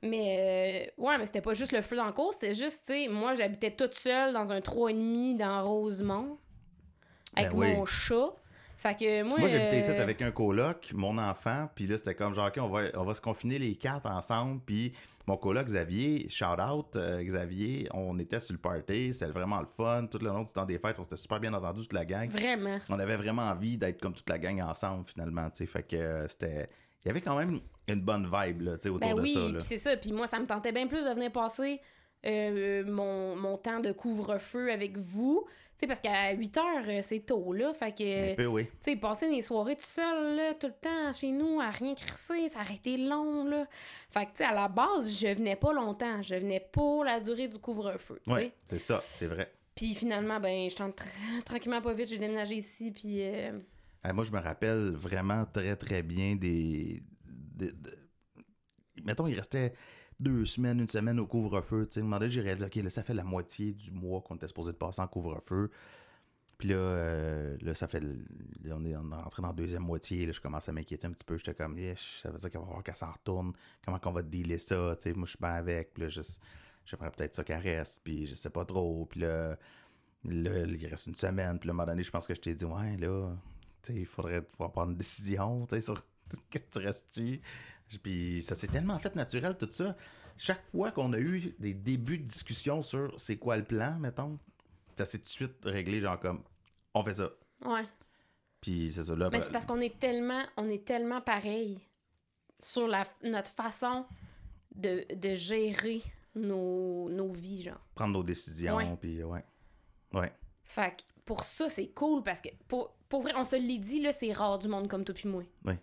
Mais, euh, ouais, mais c'était pas juste le feu dans le cours, c'était juste, tu sais, moi, j'habitais toute seule dans un trois et demi dans Rosemont, avec Ben oui. mon chat. Fait que moi... Moi, j'habitais euh... ici avec un coloc, mon enfant, puis là, c'était comme genre, OK, on va, on va se confiner les quatre ensemble, puis mon coloc, Xavier, shout-out, euh, Xavier, on était sur le party, c'était vraiment le fun, tout le long du temps des fêtes, on s'était super bien entendu, toute la gang. Vraiment. On avait vraiment envie d'être comme toute la gang ensemble, finalement, tu sais, fait que euh, c'était... Il y avait quand même une bonne vibe, là, tu sais, autour Ben de oui, ça, là. puis c'est ça, puis moi, ça me tentait bien plus de venir passer euh, mon, mon temps de couvre-feu avec vous. Tu sais, parce qu'à huit heures, euh, c'est tôt, là. Fait que, Un peu, oui. tu sais, passer des soirées tout seul, là, tout le temps, chez nous, à rien crisser, ça aurait été long, là. Fait que, tu sais, à la base, je venais pas longtemps. Je venais pour la durée du couvre-feu, tu sais. Ouais, c'est ça, c'est vrai. Puis finalement, ben, je tente tra- tranquillement pas vite, j'ai déménagé ici, puis... Euh... Euh, moi, je me rappelle vraiment très, très bien des... des- de- Mettons, il restait deux semaines, une semaine au couvre-feu. Tu sais, à un moment donné, j'ai réalisé, OK, là, ça fait la moitié du mois qu'on était supposé de passer en couvre-feu. Puis là, euh, là, ça fait... Là, on est rentré dans la deuxième moitié. Là, je commence à m'inquiéter un petit peu. J'étais comme, yeah, ça veut dire qu'il va falloir qu'elle s'en retourne. Comment qu'on va dealer ça? Tu sais, moi, je suis bien avec. Puis là, je- j'aimerais peut-être ça qu'elle reste. Puis je sais pas trop. Puis là, là, il reste une semaine. Puis là, à un moment donné, je pense que je t'ai dit, ouais, là, tu sais, il faudrait pouvoir prendre une décision, tu sais, sur qu'est-ce que tu restes-tu. Puis ça s'est tellement fait naturel, tout ça. Chaque fois qu'on a eu des débuts de discussion sur c'est quoi le plan, mettons, ça s'est tout de suite réglé, genre comme, on fait ça. Ouais. Puis c'est ça, là. Mais ben, c'est parce qu'on est tellement, on est tellement pareil sur la, notre façon de, de gérer nos, nos vies, genre. prendre nos décisions, Ouais. puis ouais. Ouais. Fait que pour ça, c'est cool parce que, pour, pour vrai, on se l'est dit, là, c'est rare du monde comme toi pis moi. Oui.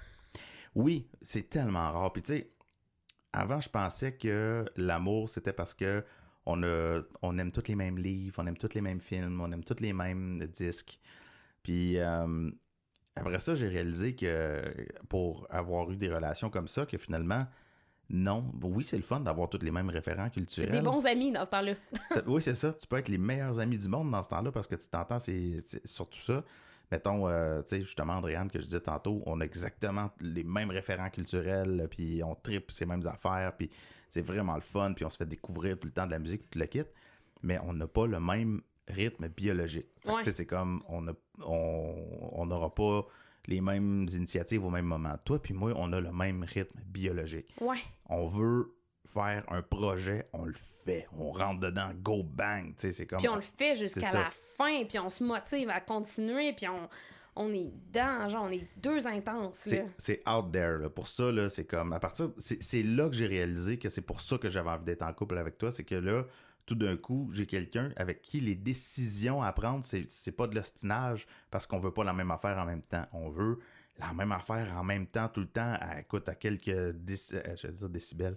Oui, c'est tellement rare. Puis tu sais, avant, je pensais que l'amour, c'était parce que on, a, on aime tous les mêmes livres, on aime tous les mêmes films, on aime tous les mêmes disques. Puis euh, après ça, j'ai réalisé que pour avoir eu des relations comme ça, que finalement, non. Oui, c'est le fun d'avoir tous les mêmes référents C'est culturels. des bons amis dans ce temps-là. Ça- oui, c'est ça. Tu peux être les meilleurs amis du monde dans ce temps-là parce que tu t'entends, c'est, c'est surtout ça. Mettons, euh, tu sais, justement, Andréane, que je disais tantôt, on a exactement les mêmes référents culturels, puis on tripe ces mêmes affaires, puis c'est vraiment le fun, puis on se fait découvrir tout le temps de la musique, tout le kit, mais on n'a pas le même rythme biologique. Fait que, Ouais. tu sais, c'est comme, on a- on on n'aura pas les mêmes initiatives au même moment. Toi puis moi, on a le même rythme biologique. Ouais. On veut faire un projet, on le fait. On rentre dedans, go bang. Tu sais, c'est comme... Puis on le fait jusqu'à c'est ça. la fin, puis on se motive à continuer, puis on, on est dedans, genre, on est deux intenses, là. C'est, c'est out there. Là. Pour ça, là, c'est comme... À partir... C'est, c'est là que j'ai réalisé que c'est pour ça que j'avais envie d'être en couple avec toi. C'est que là, tout d'un coup, j'ai quelqu'un avec qui les décisions à prendre, c'est, c'est pas de l'ostinage parce qu'on veut pas la même affaire en même temps. On veut la même affaire en même temps, tout le temps, à, écoute, à quelques... Déc... euh, je vais dire décibels.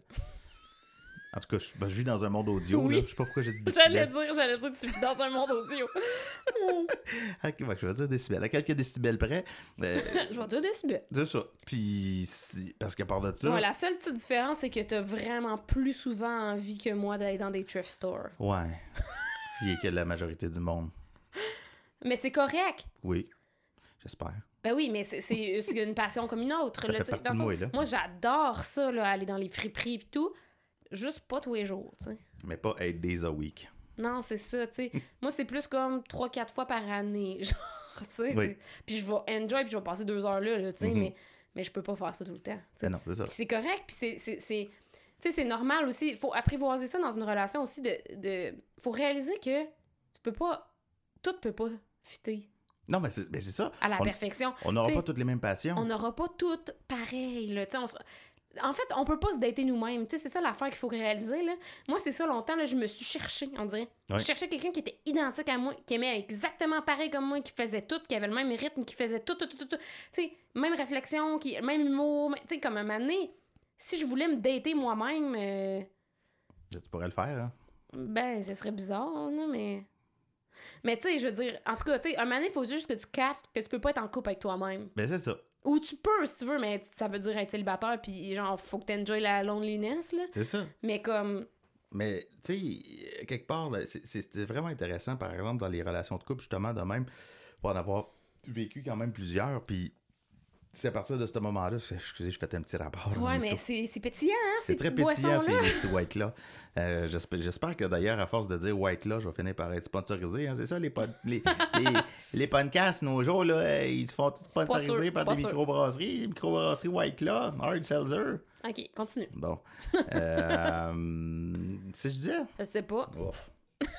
En tout cas, je, ben, je vis dans un monde audio. Oui. Là. Je sais pas pourquoi j'ai dit J'allais décibels. dire, j'allais dire que tu vis dans un monde audio. Ok, ouais, je vais dire décibels. À quelques décibels près. euh, Je vais dire des subits. c'est ça. Puis, c'est- parce qu'à part de ça... Ouais, la seule petite différence, c'est que t'as vraiment plus souvent envie que moi d'aller dans des thrift stores. Ouais. Puis, il y a que la majorité du monde. Mais c'est correct. Oui. J'espère. Ben oui, mais c'est, c'est, c'est une passion comme une autre. Ça là, fait tu sais. partie Dans de le moi, sens- là. Moi, j'adore ça, là, aller dans les friperies et tout. Juste pas tous les jours, tu sais. Mais pas eight days a week. Non, c'est ça, tu sais. Moi, c'est plus comme trois quatre fois par année, genre, tu sais. Oui. c'est- Puis je vais enjoy, puis je vais passer deux heures là, là tu sais, Mhm. mais, mais je peux pas faire ça tout le temps, tu sais. Ben non, c'est ça. Puis c'est correct, puis c'est... c'est, c'est tu sais, c'est normal aussi. Il faut apprivoiser ça dans une relation aussi de... de... faut réaliser que tu peux pas... Tout peut pas fitter Non, mais c'est, ben c'est ça. à la On- perfection. On n'aura T'sais, pas toutes les mêmes passions. On n'aura pas toutes pareilles, là. Tu sais, on se- En fait, on peut pas se dater nous-mêmes. Tu sais, c'est ça l'affaire qu'il faut réaliser, là. Moi, c'est ça, longtemps, là, je me suis cherchée, on dirait. Ouais. Je cherchais quelqu'un qui était identique à moi, qui aimait exactement pareil comme moi, qui faisait tout, qui avait le même rythme, qui faisait tout, tout, tout, tout. tout. Tu sais, même réflexion, qui... même humour. Tu sais, comme un moment donné, si je voulais me dater moi-même, euh, Tu pourrais le faire, hein? ben, ce serait bizarre, là, mais... Mais tu sais, je veux dire, en tout cas, tu sais, un moment donné, il faut juste que tu catches que tu peux pas être en couple avec toi-même. Ben c'est ça. Ou tu peux, si tu veux, mais ça veut dire être célibataire, puis genre, faut que t'enjoy la loneliness, là. C'est ça. Mais comme... Mais, tu sais, quelque part, là, c'est, c'est, c'est vraiment intéressant, par exemple, dans les relations de couple, justement, de même, pour en avoir vécu quand même plusieurs, puis c'est à partir de ce moment-là, je- excusez, je fais un petit rapport. là, Ouais, on est mais tout- c'est, c'est pétillant, hein, C'est ces très petites pétillant, ces boissons-là. les petits white là. Euh, j'espère, j'espère que d'ailleurs, à force de dire white là, je vais finir par être sponsorisé. Hein, c'est ça, les, pod- les, les, les podcasts, nos jours, là, euh, ils se font tous sponsorisés sûr, par pas des sûr. microbrasseries. Les microbrasseries white là, hard seltzer. OK, continue. Bon. Euh, si je disais. Je sais pas. Ouf.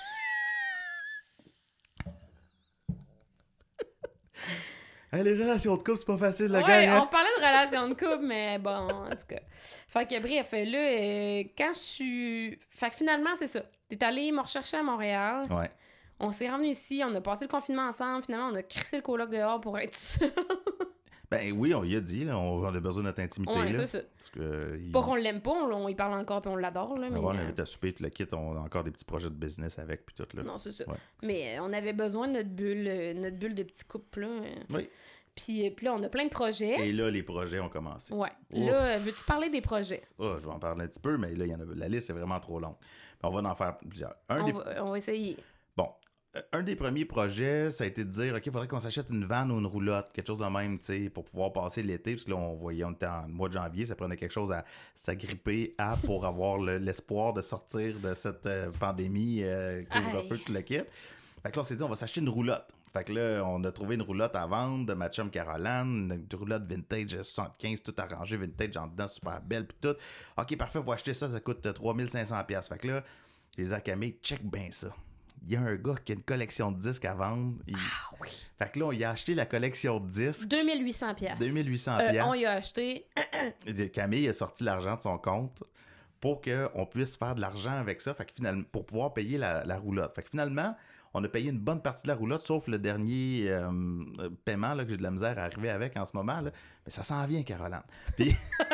Hey, les relations de couple, c'est pas facile, la Ouais, gang. Hein? on parlait de relation de couple, mais bon, en tout cas. Fait que bref, là, euh, quand je suis... Fait que finalement, c'est ça. T'es allé me rechercher à Montréal. Ouais. On s'est revenu ici, on a passé le confinement ensemble. Finalement, on a crissé le coloc dehors pour être seul. Ben oui, on y a dit, là, on a besoin de notre intimité. Ouais, là, c'est ça. parce que, il... Pas qu'on l'aime pas, on, on y parle encore puis on l'adore, là. Mais, on euh, l'invite à souper, tout le kit, on a encore des petits projets de business avec, puis tout, là. Non, c'est ça. Ouais. Mais euh, on avait besoin de notre bulle, euh, notre bulle de petit couple, là. Oui. Puis, euh, puis là, on a plein de projets. Et là, les projets ont commencé. Ouais. Ouf. Là, euh, veux-tu parler des projets? Oh, je vais en parler un petit peu, mais là, il y en a... la liste est vraiment trop longue. On va en faire plusieurs. Un On, des... va, on va essayer. Bon, euh, un des premiers projets, ça a été de dire, OK, il faudrait qu'on s'achète une vanne ou une roulotte, quelque chose de même, tu sais, pour pouvoir passer l'été, parce que là, on voyait, on était en mois de janvier, ça prenait quelque chose à s'agripper à pour avoir le- l'espoir de sortir de cette euh, pandémie, euh, couvre-feu, Aïe. tout le kit. Fait que là, on s'est dit, on va s'acheter une roulotte. Fait que là, on a trouvé une roulotte à vendre de ma chum Caroline, une roulotte vintage soixante-quinze, tout arrangé, vintage en dedans, super belle, puis tout. OK, parfait, on va acheter ça, ça coûte trois mille cinq cents dollars. Fait que là, les Akamé, check bien ça. Il y a un gars qui a une collection de disques à vendre. Il- Ah oui. Fait que là, on y a acheté la collection de disques. deux mille huit cents piastres. deux mille huit cents Euh, piastres. on y a acheté. Et Camille a sorti l'argent de son compte pour qu'on puisse faire de l'argent avec ça, fait que finalement, pour pouvoir payer la, la roulotte. Fait que finalement, on a payé une bonne partie de la roulotte, sauf le dernier euh, paiement là, que j'ai de la misère à arriver avec en ce moment. Là. Mais ça s'en vient, Caroline. Puis,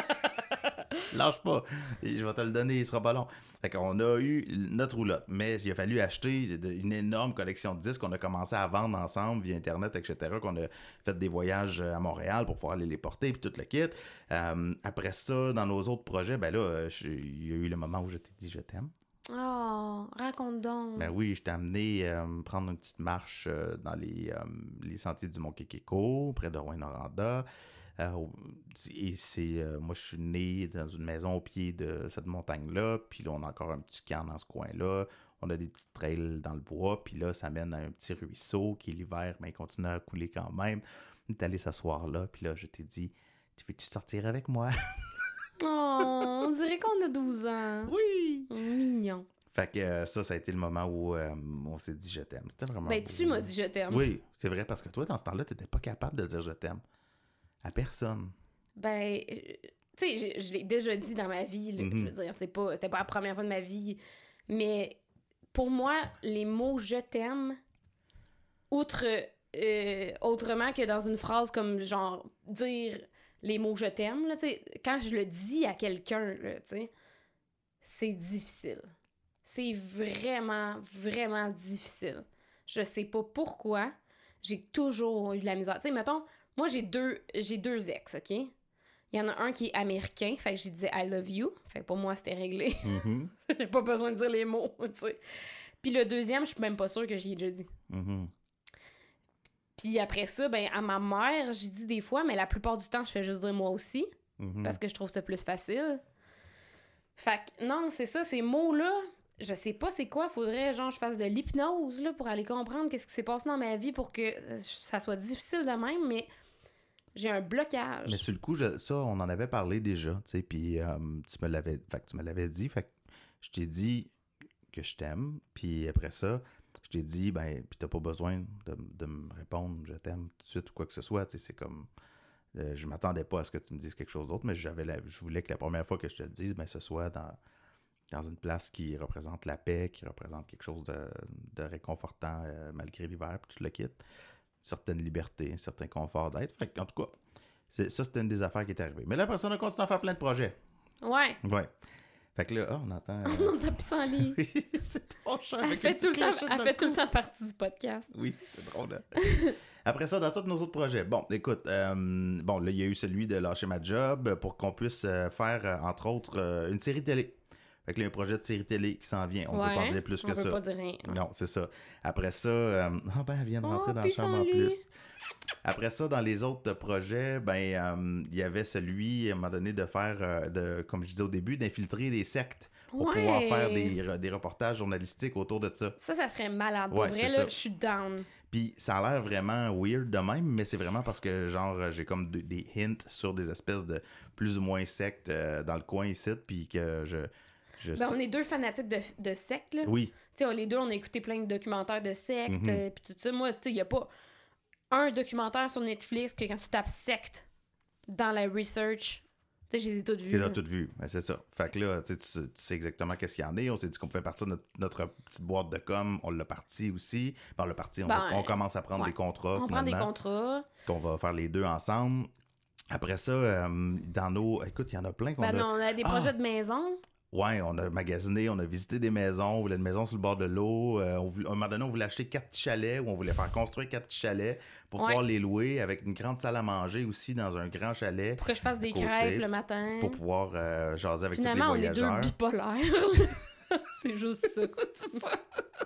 lâche pas. Et je vais te le donner, il sera pas long. Fait qu'on a eu notre roulotte, mais il a fallu acheter une énorme collection de disques qu'on a commencé à vendre ensemble via Internet, et cetera, qu'on a fait des voyages à Montréal pour pouvoir aller les porter, puis tout le kit. Euh, après ça, dans nos autres projets, ben là, je- il y a eu le moment où je t'ai dit « je t'aime ». Oh, raconte donc. Ben oui, je t'ai amené euh, me prendre une petite marche euh, dans les, euh, les sentiers du Mont Kekeko, près de Rouyn-Noranda. Euh, et c'est, euh, moi, je suis né dans une maison au pied de cette montagne-là. Puis là, on a encore un petit camp dans ce coin-là. On a des petites trails dans le bois. Puis là, ça mène à un petit ruisseau qui, l'hiver, mais il continue à couler quand même. On est allé s'asseoir là. Puis là, je t'ai dit, tu veux-tu sortir avec moi? Oh, on dirait qu'on a douze ans. Oui! Mignon. Fait que euh, ça, ça a été le moment où euh, on s'est dit « je t'aime ». C'était vraiment Ben, beau. tu m'as dit je t'aime. Oui, c'est vrai, parce que toi, dans ce temps-là, tu n'étais pas capable de dire « je t'aime » à personne. Ben, euh, tu sais, je, je l'ai déjà dit dans ma vie, là, Mhm. je veux dire, c'est pas, c'était pas la première fois de ma vie, mais pour moi, les mots « je t'aime », outre, euh, autrement que dans une phrase comme, genre, dire les mots « je t'aime », là, tu sais, quand je le dis à quelqu'un, là, tu sais, c'est difficile. C'est vraiment, vraiment difficile. Je sais pas pourquoi, j'ai toujours eu de la misère. Tu sais, mettons, moi, j'ai deux, j'ai deux ex, OK? Il y en a un qui est américain, fait que j'ai dit « I love you ». Fait que pour moi, c'était réglé. Mhm, J'ai pas besoin de dire les mots, tu sais. Puis le deuxième, je suis même pas sûre que j'y ai déjà dit. mhm. Puis après ça, ben à ma mère, j'ai dit des fois, mais la plupart du temps, je fais juste dire moi aussi, Mhm. parce que je trouve ça plus facile. Fait que non, c'est ça, ces mots-là, je sais pas c'est quoi, faudrait genre je fasse de l'hypnose là pour aller comprendre qu'est-ce qui s'est passé dans ma vie pour que euh, ça soit difficile de même, mais j'ai un blocage. Mais sur le coup, je- ça, on en avait parlé déjà, tu sais, puis euh, tu me l'avais fait que tu me l'avais dit, fait que je t'ai dit que je t'aime, puis après ça, je t'ai dit, ben, puis t'as pas besoin de, de me répondre « je t'aime » tout de suite ou quoi que ce soit, tu sais, c'est comme... Euh, je m'attendais pas à ce que tu me dises quelque chose d'autre, mais j'avais la- je voulais que la première fois que je te le dise, ben, ce soit dans, dans une place qui représente la paix, qui représente quelque chose de, de réconfortant euh, malgré l'hiver, puis tu le quittes. Une certaine liberté, un certain confort d'être. Fait que, en tout cas, c'est, ça, c'était une des affaires qui est arrivée. Mais là, après ça, on a continué à faire plein de projets. Ouais. Ouais. Fait que là, ah, on entend... euh, On a pissenlit. Oui, c'est trop cher. Elle avec fait une tout le petite temps, clochette elle dans fait le tout le cou. temps partie du podcast. Oui, c'est drôle. Hein? Après ça, dans tous nos autres projets. Bon, écoute, euh, bon, là, il y a eu celui de lâcher ma job pour qu'on puisse euh, faire, euh, entre autres, euh, une série télé. Fait que là, il y a un projet de série télé qui s'en vient. On ouais, peut pas en dire plus que on ça. peut pas dire rien. Non, c'est ça. Après ça, euh, ah ben, elle vient de rentrer Oh, dans la puis chambre son en lit. plus. Après ça, dans les autres projets, ben, euh, il y avait celui, à un moment donné, de faire, euh, de, comme je disais au début, d'infiltrer des sectes pour Ouais. pouvoir faire des, des reportages journalistiques autour de ça. Ça, ça serait malade. Pour Ouais, vrai, c'est là, ça. je suis down. Puis ça a l'air vraiment weird de même, mais c'est vraiment parce que, genre, j'ai comme de- des hints sur des espèces de plus ou moins sectes euh, dans le coin ici, puis que je... je Ben, sais- on est deux fanatiques de, de sectes, là. Oui, Tu sais, les deux, on a écouté plein de documentaires de sectes, Mhm. euh, puis tout ça. Moi, tu sais, il n'y a pas un documentaire sur Netflix que quand tu tapes secte dans la research, tu sais, je les ai toutes vues. t'es là. là toute vue. Ben, c'est ça. Fait que là, tu sais, tu sais- tu sais exactement qu'est-ce qu'il y en a. On s'est dit qu'on pouvait partir de notre, notre petite boîte de com. On l'a parti aussi. Ben, on l'a parti. On, Ben, va- on commence à prendre ouais. des contrats, On prend des finalement, contrats. qu'on va faire les deux ensemble. Après ça, euh, dans nos... Écoute, il y en a plein qu'on Ben a... non, on a des Ah! projets de maison. Ouais, on a magasiné, on a visité des maisons, on voulait une maison sur le bord de l'eau. Euh, on voulait- à un moment donné, on voulait acheter quatre petits chalets ou on voulait faire construire quatre petits chalets pour Ouais. pouvoir les louer avec une grande salle à manger aussi dans un grand chalet Pour que je fasse des côté, crêpes le puis- matin. pour pouvoir euh, jaser avec Finalement, tous on les est deux voyageurs. bipolaires. C'est juste ça. C'est ça.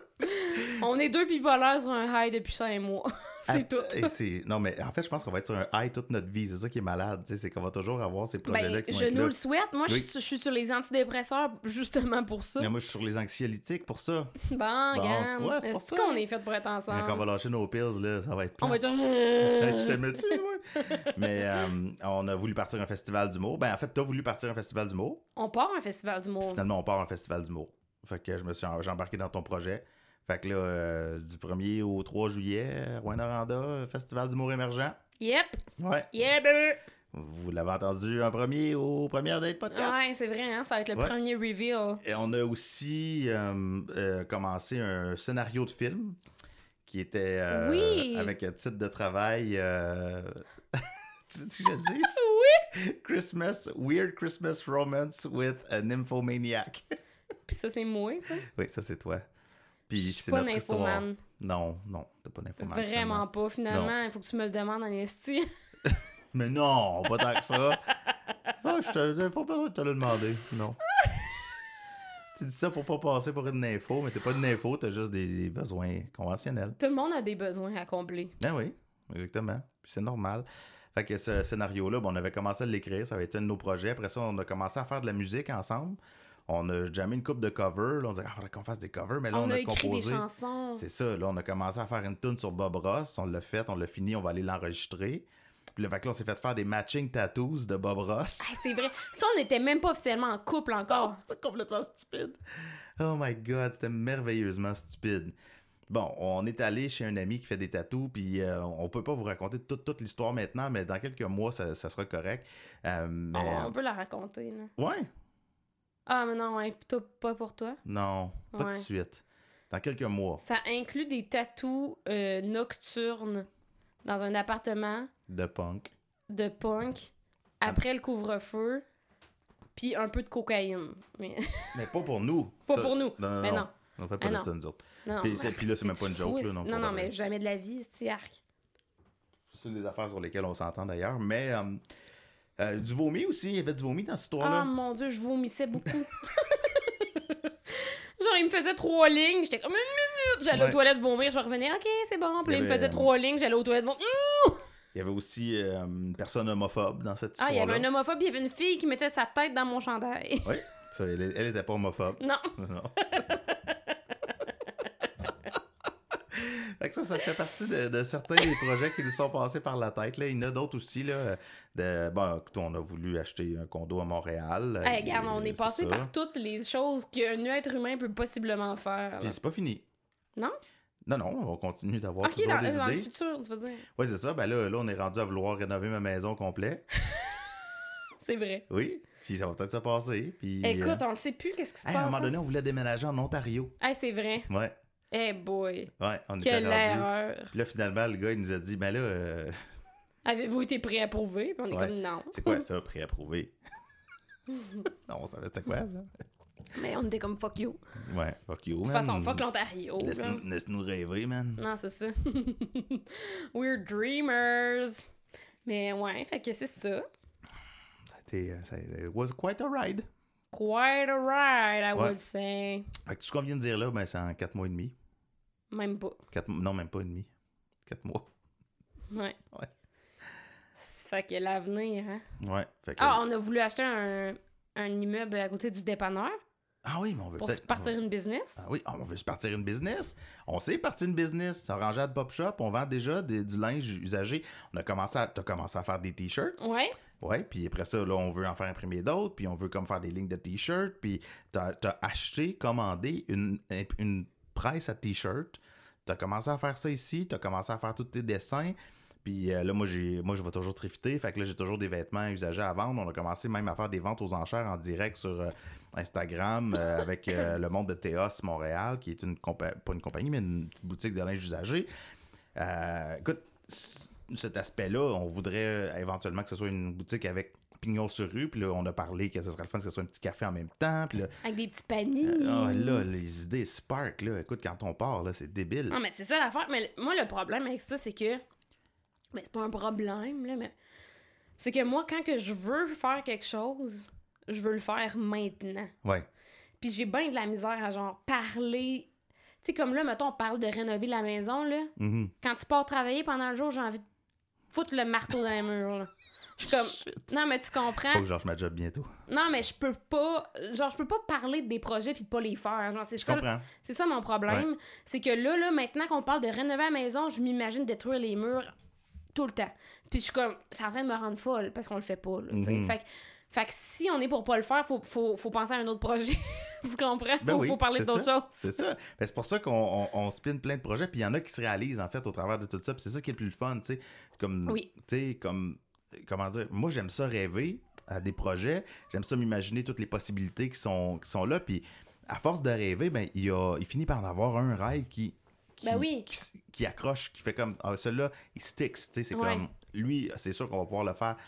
On est deux bipolaires sur un high depuis cinq mois. C'est Ah, tout. et c'est- Non, mais en fait, je pense qu'on va être sur un high toute notre vie. C'est ça qui est malade. tu sais, C'est qu'on va toujours avoir ces projets-là Ben, qui vont je être nous là. le souhaite. Moi, je Oui. suis- je suis sur les antidépresseurs justement pour ça. Mais moi, je suis sur les anxiolytiques pour ça. Bon, Bon, regarde. tu vois, c'est pour Est-ce ça. qu'on est fait pour être Quand ensemble? on va lâcher nos pills, là, ça va être On va plate. dire... Je t'aime dessus, moi. Mais euh, on a voulu partir un festival d'humour. Ben, en fait, t'as voulu partir un festival d'humour. On part à un festival d'humour. Finalement, on part un festival d'humour. Fait que je me suis j'ai embarqué dans ton projet. Fait que là, euh, du premier au trois juillet, Rouyn-Noranda, festival d'humour émergent. Yep. Ouais. Yeah, baby. Vous l'avez entendu en premier au premier date podcast. Ouais, c'est vrai, hein? Ça va être le Ouais. premier reveal. Et on a aussi euh, euh, commencé un scénario de film qui était euh, Oui. avec un titre de travail. euh, tu veux que je le dise? Oui. Christmas, Weird Christmas Romance with a Nymphomaniac. Puis ça, c'est moi, tu sais. Oui, ça c'est toi. Puis Je suis c'est pas notre histoire. nymphomane. Non, non, t'as pas d'infomane. Vraiment finalement. pas, finalement. Il faut que tu me le demandes en esti. Mais non, pas tant que ça. Ah, je t'avais pas besoin de te le demander. Non. Tu dis ça pour pas passer pour une nympho, mais t'es pas une nympho, t'as juste des, des besoins conventionnels. Tout le monde a des besoins à combler. Ah oui, exactement. Puis c'est normal. Fait que ce scénario-là, bon, on avait commencé à l'écrire, ça avait été un de nos projets. Après ça, on a commencé à faire de la musique ensemble. On a jamais une coupe de covers. Là, on disait, ah, faudrait qu'on fasse des covers, mais là, on, on, a, a écrit composé. des chansons. C'est ça, là, on a commencé à faire une tune sur Bob Ross. On l'a fait, on l'a fini, on va aller l'enregistrer. Puis là, fait que là, on s'est fait faire des matching tattoos de Bob Ross. Hey, c'est vrai. Ça, on n'était même pas officiellement en couple encore. Oh, c'est complètement stupide. Oh my God, c'était merveilleusement stupide. Bon, on est allé chez un ami qui fait des tatous, puis euh, on peut pas vous raconter toute, toute l'histoire maintenant, mais dans quelques mois, ça, ça sera correct. Euh, mais... On peut la raconter, là. Ouais? Ah, mais non, ouais, plutôt pas pour toi. Non, pas Ouais. de suite. Dans quelques mois. Ça inclut des tatous euh, nocturnes dans un appartement De punk. de punk après le couvre-feu, puis un peu de cocaïne. Mais, Mais pas pour nous. Pas Ça- pour nous. Non, non, Mais non. non. On fait pas Mais de non. ça, nous autres. non, Puis, mais c'est- puis là, c'est même pas une t'es-tu joke, fou, là, non, Non, pour non, de vrai. mais jamais de la vie, c'est arc. C'est des affaires sur lesquelles on s'entend d'ailleurs. Mais euh, euh, du vomi aussi. Il y avait du vomi dans cette histoire-là. Ah, mon Dieu, je vomissais beaucoup. Genre, il me faisait trois lignes, j'étais comme une minute, j'allais Ouais. aux toilettes vomir, je revenais, ok, c'est bon. Puis là, il me Il y avait, faisait trois lignes, j'allais aux toilettes vomir. Il y avait aussi euh, une personne homophobe dans cette Ah, histoire-là. il y avait un homophobe, puis il y avait une fille qui mettait sa tête dans mon chandail. Oui, ça, elle, elle était pas homophobe. Non. Non. Fait que ça, ça fait partie de, de certains des projets qui nous sont passés par la tête. Là. Il y en a d'autres aussi. Là, de, bon, écoute, on a voulu acheter un condo à Montréal. Hey, regarde, Et on est c'est passé ça. par toutes les choses qu'un être humain peut possiblement faire. Puis là. c'est pas fini. Non? Non, non, on va continuer d'avoir Ok, toujours dans, des dans le idées. futur, tu veux dire. Oui, c'est ça. Ben là, là, on est rendu à vouloir rénover ma maison au complet. C'est vrai. Oui. Puis ça va peut-être se passer. Puis, Écoute, euh, on le sait plus, qu'est-ce qui se hey, passe. à un moment hein? donné, on voulait déménager en Ontario. Hey, c'est vrai. Ouais. Eh boy. Ouais, on Quelle était rendu. erreur. Puis là, finalement, le gars, il nous a dit, ben là, euh, Avez-vous été préapprouvé? Puis on est Ouais. comme non. c'est quoi ça, préapprouvé? Non, on savait c'était quoi, là. Mais on était comme fuck you. Ouais, fuck you, De toute man. façon, fuck l'Ontario. là. Laisse-nous laisse-nous rêver, man. Non, c'est ça. We're dreamers. Mais ouais, fait que c'est ça. Ça a été, euh, ça a- it was quite a ride. Quite a ride, I Ouais. would say. Fait que tout ce qu'on vient de dire là, ben, c'est en quatre mois et demi. Même pas. Quatre... Non, même pas et demi. Quatre mois. Ouais. Ouais. Fait que l'avenir, hein. Ouais. Fait que... Ah, on a voulu acheter un, un immeuble à côté du dépanneur Ah oui, mais on veut pour se peut-être... partir une business. Ah oui, on veut se partir une business. On sait partir une business. Orangeade Pop Shop, on vend déjà des- du linge usagé. On a commencé à... T'as commencé à faire des t-shirts. Ouais. Ouais, puis après ça, là, on veut en faire imprimer d'autres, puis on veut comme faire des lignes de t-shirts, puis t'as, t'as acheté, commandé une, une presse à t-shirts. T'as commencé à faire ça ici, t'as commencé à faire tous tes dessins. Puis euh, là, moi, j'ai, moi, je vais toujours trifter. Fait que là, j'ai toujours des vêtements usagés à vendre. On a commencé même à faire des ventes aux enchères en direct sur euh, Instagram euh, avec euh, le monde de Théos Montréal, qui est une compa- pas une compagnie, mais une petite boutique de linge usagé. Euh, écoute, c- cet aspect-là, on voudrait euh, éventuellement que ce soit une boutique avec pignon sur rue. Puis là, on a parlé que ce serait le fun que ce soit un petit café en même temps. Puis là, Avec des petits paniers. euh, oh, là, les idées spark, là. Écoute, quand on part, là, c'est débile. Non, mais c'est ça l'affaire. Mais moi, le problème avec ça, c'est que. Mais c'est pas un problème, là, mais. C'est que moi, quand que je veux faire quelque chose, je veux le faire maintenant. Ouais. Puis j'ai bien de la misère à, genre, parler. Tu sais, comme là, mettons, on parle de rénover la maison, là. Mhm. Quand tu pars travailler pendant le jour, j'ai envie de foutre le marteau dans les murs, là. Je suis comme. Non, mais tu comprends. Faut que je lâche ma job bientôt. Non, mais je peux pas. Genre, je peux pas parler des projets puis pas les faire. Genre, c'est Je ça. comprends. C'est ça mon problème. Ouais. C'est que là, là, maintenant qu'on parle de rénover la maison, je m'imagine détruire les murs tout le temps. Puis je suis comme. C'est en train de me rendre folle parce qu'on le fait pas, là. tu sais. Mhm. Fait que. Fait que si on est pour pas le faire, faut, faut, faut penser à un autre projet. Tu comprends? Ben faut, oui, faut parler c'est d'autres ça, choses. C'est ça. Ben, c'est pour ça qu'on on, on spin plein de projets, puis il y en a qui se réalisent, en fait, au travers de tout ça. Puis c'est ça qui est le plus fun, tu sais. Comme, Oui. tu sais, comme, comment dire, moi, j'aime ça rêver à des projets. J'aime ça m'imaginer toutes les possibilités qui sont, qui sont là. Puis à force de rêver, ben, il, y a, il finit par en avoir un rêve qui... Qui, Ben oui. qui, qui accroche, qui fait comme, ah, celui-là, il sticks, tu sais, c'est Ouais. comme, lui, c'est sûr qu'on va pouvoir le faire.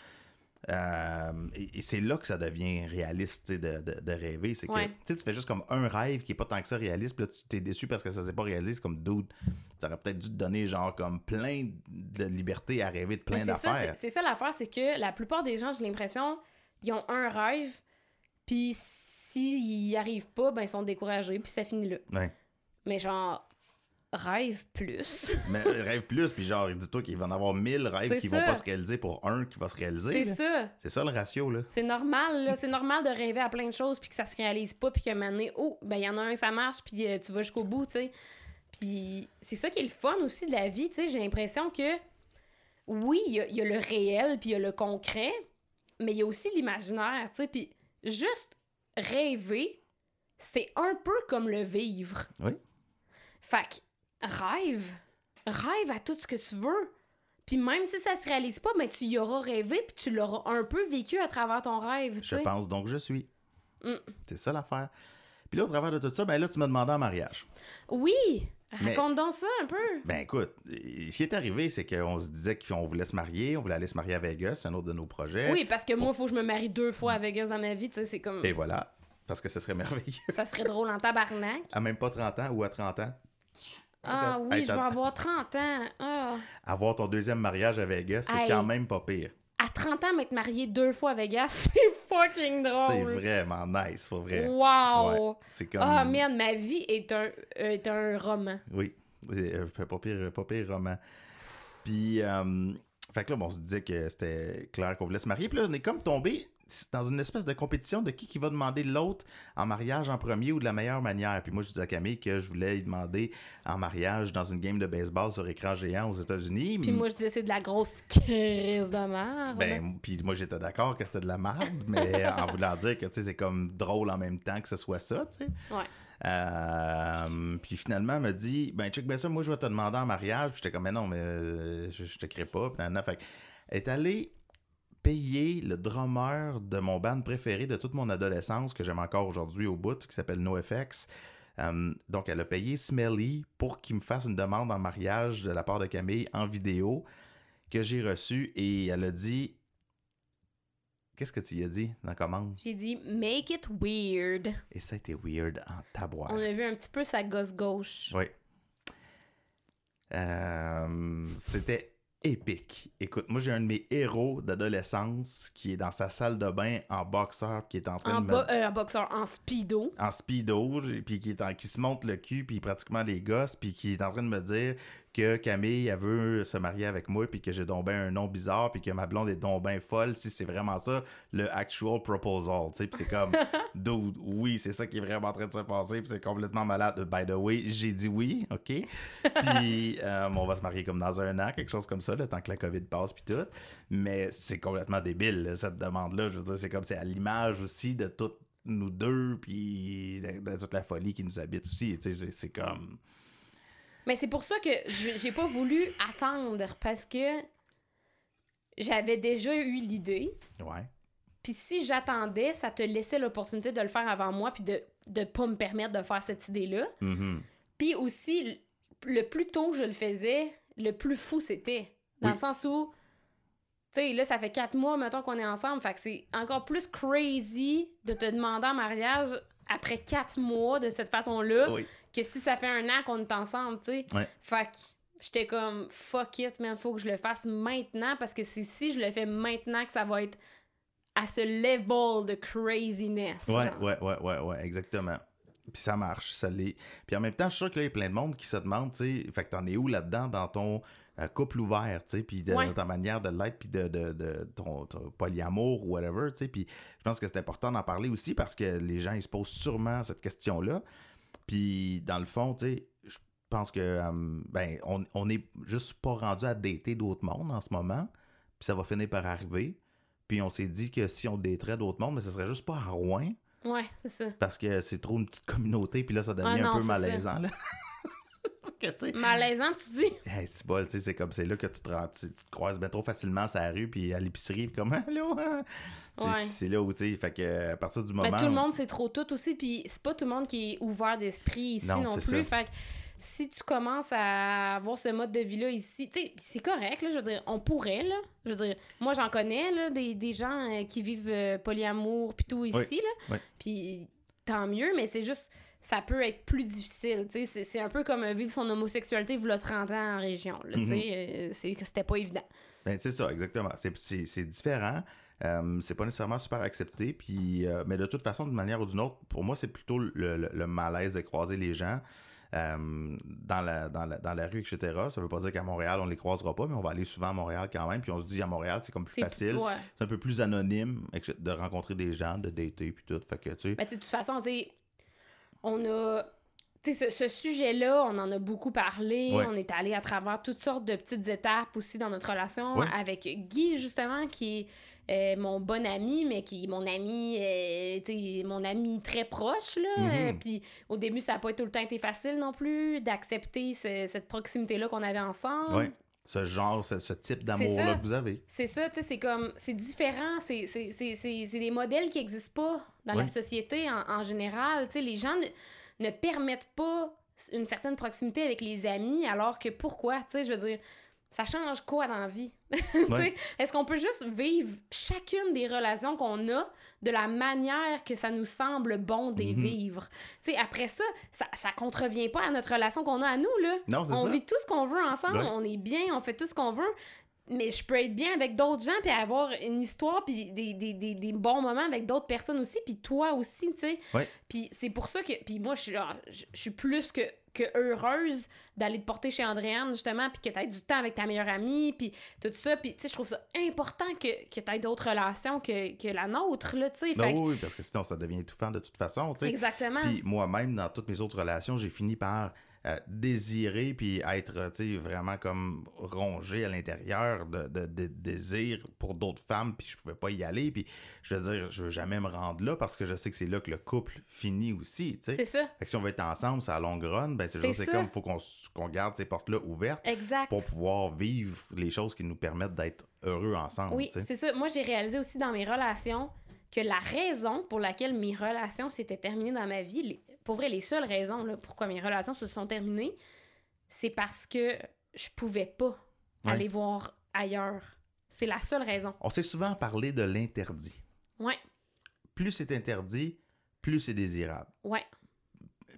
Euh, et, et c'est là que ça devient réaliste, tu sais, de, de, de rêver. C'est que, Ouais. tu sais, tu fais juste comme un rêve qui est pas tant que ça réaliste, puis là, tu t'es déçu parce que ça s'est pas réalisé. C'est comme, dude, t'aurais peut-être dû te donner, genre, comme plein de liberté à rêver de plein Mais c'est ça, d'affaires. c'est, c'est ça l'affaire, c'est que la plupart des gens, j'ai l'impression, ils ont un rêve, puis s'ils y arrivent pas, ben ils sont découragés, puis ça finit là. Ouais. Mais genre, rêve plus. Mais rêve plus, puis genre, dis-toi qu'il va en avoir mille rêves C'est qui ça. vont pas se réaliser pour un qui va se réaliser. C'est là. ça. C'est ça le ratio, là. C'est normal, là. C'est normal de rêver à plein de choses, puis que ça se réalise pas, puis qu'à un moment donné, oh, ben il y en a un, ça marche, puis euh, tu vas jusqu'au bout, tu sais. Puis c'est ça qui est le fun aussi de la vie, tu sais. J'ai l'impression que, oui, il y, a- il y a le réel, puis il y a le concret, mais il y a aussi l'imaginaire, tu sais. Puis juste rêver, c'est un peu comme le vivre. Oui. Fait que rêve. Rêve à tout ce que tu veux. Puis même si ça se réalise pas, ben tu y auras rêvé, puis tu l'auras un peu vécu à travers ton rêve, tu Je sais. pense donc je suis. Mm. C'est ça l'affaire. Puis là, au travers de tout ça, ben là, tu m'as demandé en mariage. Oui! Mais- Raconte donc ça un peu. Ben écoute, ce qui est arrivé, c'est qu'on se disait qu'on voulait se marier, on voulait aller se marier à Vegas, c'est un autre de nos projets. Oui, parce que moi, faut que je me marie deux fois à Vegas dans ma vie, tu sais, c'est comme... Et voilà, parce que ce serait merveilleux. Ça serait drôle en tabarnak. À même pas trente ans ou à trente ans. Ah Hey, oui, je t'as- vais avoir trente ans. Ah. Avoir ton deuxième mariage à Vegas, c'est Hey. quand même pas pire. À trente ans, m'être mariée deux fois à Vegas, c'est fucking drôle. C'est vraiment nice, pour vrai. Wow! Ouais, c'est comme... Ah, man, ma vie est un, est un roman. Oui, c'est euh, pas pire, pas pire roman. Puis, euh, fait que là, bon, on se disait que c'était clair qu'on voulait se marier. Puis là, on est comme tombé dans une espèce de compétition de qui qui va demander l'autre en mariage en premier ou de la meilleure manière. Puis moi, je disais à Camille que je voulais y demander en mariage dans une game de baseball sur écran géant aux États-Unis. Puis moi, je disais, c'est de la grosse crise de merde. Ben, puis moi, j'étais d'accord que c'était de la merde, mais en voulant dire que, tu sais, c'est comme drôle en même temps que ce soit ça, tu sais. Ouais. Euh, puis finalement, elle m'a dit, ben, check bien ça, moi, je vais te demander en mariage. Puis j'étais comme, mais non, mais euh, je, je te crée pas. Puis nan, nan. Fait que, elle est allée payer le drummer de mon band préféré de toute mon adolescence, que j'aime encore aujourd'hui au bout, qui s'appelle NoFX. Euh, donc, elle a payé Smelly pour qu'il me fasse une demande en mariage de la part de Camille en vidéo que j'ai reçue. Et elle a dit... Qu'est-ce que tu y as dit dans la commande? J'ai dit, make it weird. Et ça a été weird en taboire. On a vu un petit peu sa gosse gauche. Oui. Euh, c'était épique. Écoute, moi, j'ai un de mes héros d'adolescence qui est dans sa salle de bain en boxeur, qui est en train En, de bo- me... euh, en boxeur, en speedo. en speedo, puis qui, est en- qui se monte le cul, puis pratiquement les gosses, puis qui est en train de me dire que Camille, elle veut se marier avec moi, puis que j'ai donc ben un nom bizarre, puis que ma blonde est donc ben folle, si c'est vraiment ça, le actual proposal, tu sais, puis c'est comme, dude, oui, c'est ça qui est vraiment en train de se passer, puis c'est complètement malade. By the way, j'ai dit oui, OK? Puis euh, on va se marier comme dans un an, quelque chose comme ça, le temps que la COVID passe, puis tout, mais c'est complètement débile, là, cette demande-là, je veux dire, c'est comme, c'est à l'image aussi de tout nous deux, puis de, de toute la folie qui nous habite aussi, tu sais, c'est, c'est comme... Mais c'est pour ça que je- j'ai pas voulu attendre, parce que j'avais déjà eu l'idée. Ouais. Puis si j'attendais, ça te laissait l'opportunité de le faire avant moi, puis de de pas me permettre de faire cette idée-là. Mm-hmm. Puis aussi, le plus tôt je le faisais, le plus fou c'était. Dans Oui. le sens où, tu sais, là, ça fait quatre mois, mettons, qu'on est ensemble, fait que c'est encore plus crazy de te demander en mariage après quatre mois de cette façon-là, Oui. que si ça fait un an qu'on est ensemble, tu sais. Ouais. Fait que j'étais comme, fuck it, man, faut que je le fasse maintenant, parce que c'est si je le fais maintenant que ça va être à ce level de craziness. Ouais, genre. ouais, ouais, ouais, ouais, exactement. Puis ça marche, ça l'est. Puis en même temps, je suis sûr que là, il y a plein de monde qui se demande, tu sais, fait que t'en es où là-dedans dans ton euh, couple ouvert, tu sais, puis de, Ouais. dans ta manière de l'être, puis de, de, de ton, ton polyamour ou whatever, tu sais. Puis je pense que c'est important d'en parler aussi parce que les gens, ils se posent sûrement cette question-là. Puis dans le fond, tu sais, je pense que, euh, ben, on, on est juste pas rendu à dater d'autres mondes en ce moment, puis ça va finir par arriver. Puis on s'est dit que si on daterait d'autres mondes, mais ce serait juste pas à Rouen. Ouais, c'est ça. Parce que c'est trop une petite communauté, puis là, ça devient Ah non, un peu c'est malaisant, là. Que, tu sais, Malaisant, tu dis? hey, c'est bol, tu sais, c'est comme, c'est là que tu te, rends- tu, tu te croises bien trop facilement sur la rue, puis à l'épicerie, puis comme, allô, hein? Tu sais, Ouais. c'est là où, tu sais, fait que, à partir du moment... Ben, tout le monde, c'est trop tout aussi, puis c'est pas tout le monde qui est ouvert d'esprit ici Non, non, c'est plus. ça. Fait que si tu commences à avoir ce mode de vie-là ici, tu sais, c'est correct, là, je veux dire, on pourrait, là. Je veux dire, moi, j'en connais, là, des, des gens euh, qui vivent euh, polyamour pis tout ici, Oui, là. oui. Puis tant mieux, mais c'est juste, ça peut être plus difficile, tu sais. C'est, c'est un peu comme euh, vivre son homosexualité v'là trente ans en région, là, tu sais. Mm-hmm. euh, c'est que c'était pas évident. Ben, c'est ça, exactement. C'est, c'est, c'est différent. Euh, c'est pas nécessairement super accepté. Puis, euh, mais de toute façon, d'une manière ou d'une autre, pour moi, c'est plutôt le, le, le malaise de croiser les gens euh, dans, la, dans, la, dans la rue, et cetera. Ça veut pas dire qu'à Montréal, on les croisera pas, mais on va aller souvent à Montréal quand même. Puis on se dit, à Montréal, c'est comme plus C'est facile. ouais. C'est un peu plus anonyme et cetera, de rencontrer des gens, de dater, puis tout. Fait que, tu sais... Ben, tu sais, de toute façon, tu sais, on a... Tu sais, ce, ce sujet-là, on en a beaucoup parlé. Ouais. On est allé à travers toutes sortes de petites étapes aussi dans notre relation Ouais. avec Guy, justement, qui est euh, mon bon ami, mais qui est mon ami, euh, tu sais, mon ami très proche, là. Mm-hmm. Euh, Puis au début, ça n'a pas tout le temps été facile non plus d'accepter ce- cette proximité-là qu'on avait ensemble. Ouais. Ce genre, ce, ce type C'est d'amour-là ça. que vous avez. C'est ça, tu sais, c'est comme, c'est différent, c'est, c'est, c'est, c'est, c'est des modèles qui n'existent pas dans Oui. la société en, en général, tu sais, les gens ne, ne permettent pas une certaine proximité avec les amis, alors que pourquoi, tu sais, je veux dire, ça change quoi dans la vie? Tu sais, Ouais. est-ce qu'on peut juste vivre chacune des relations qu'on a de la manière que ça nous semble bon de les Mhm. vivre? Tu sais, après ça, ça, ça contrevient pas à notre relation qu'on a à nous, là. Non, c'est On ça. vit tout ce qu'on veut ensemble, Ouais. on est bien, on fait tout ce qu'on veut, mais je peux être bien avec d'autres gens, puis avoir une histoire, puis des, des, des, des bons moments avec d'autres personnes aussi, puis toi aussi, tu sais. Ouais. Puis c'est pour ça que... Puis moi, je suis genre, je je suis plus que, que heureuse d'aller te porter chez Andréane, justement, puis que t'aies du temps avec ta meilleure amie, puis tout ça. Puis, tu sais, je trouve ça important que, que t'aies d'autres relations que, que la nôtre, là, tu sais. Ben Fait que- oui, parce que sinon, ça devient étouffant de toute façon, tu sais. Exactement. Puis moi-même, dans toutes mes autres relations, j'ai fini par euh, désirer puis être, tu sais, vraiment comme rongé à l'intérieur de, de, de désir pour d'autres femmes, puis je pouvais pas y aller, puis je veux dire, je veux jamais me rendre là parce que je sais que c'est là que le couple finit aussi, tu sais. C'est ça. Fait que si on veut être ensemble, c'est à longue run, ben c'est C'est juste, c'est ça. comme, faut qu'on, s- qu'on garde ces portes-là ouvertes Exact. pour pouvoir vivre les choses qui nous permettent d'être heureux ensemble, Oui, tu sais. c'est ça. Moi, j'ai réalisé aussi dans mes relations que la raison pour laquelle mes relations s'étaient terminées dans ma vie, les- pour vrai, les seules raisons là, pourquoi mes relations se sont terminées, c'est parce que je pouvais pas Ouais. aller voir ailleurs. C'est la seule raison. On s'est souvent parlé de l'interdit. Ouais, Plus c'est interdit, plus c'est désirable. ouais,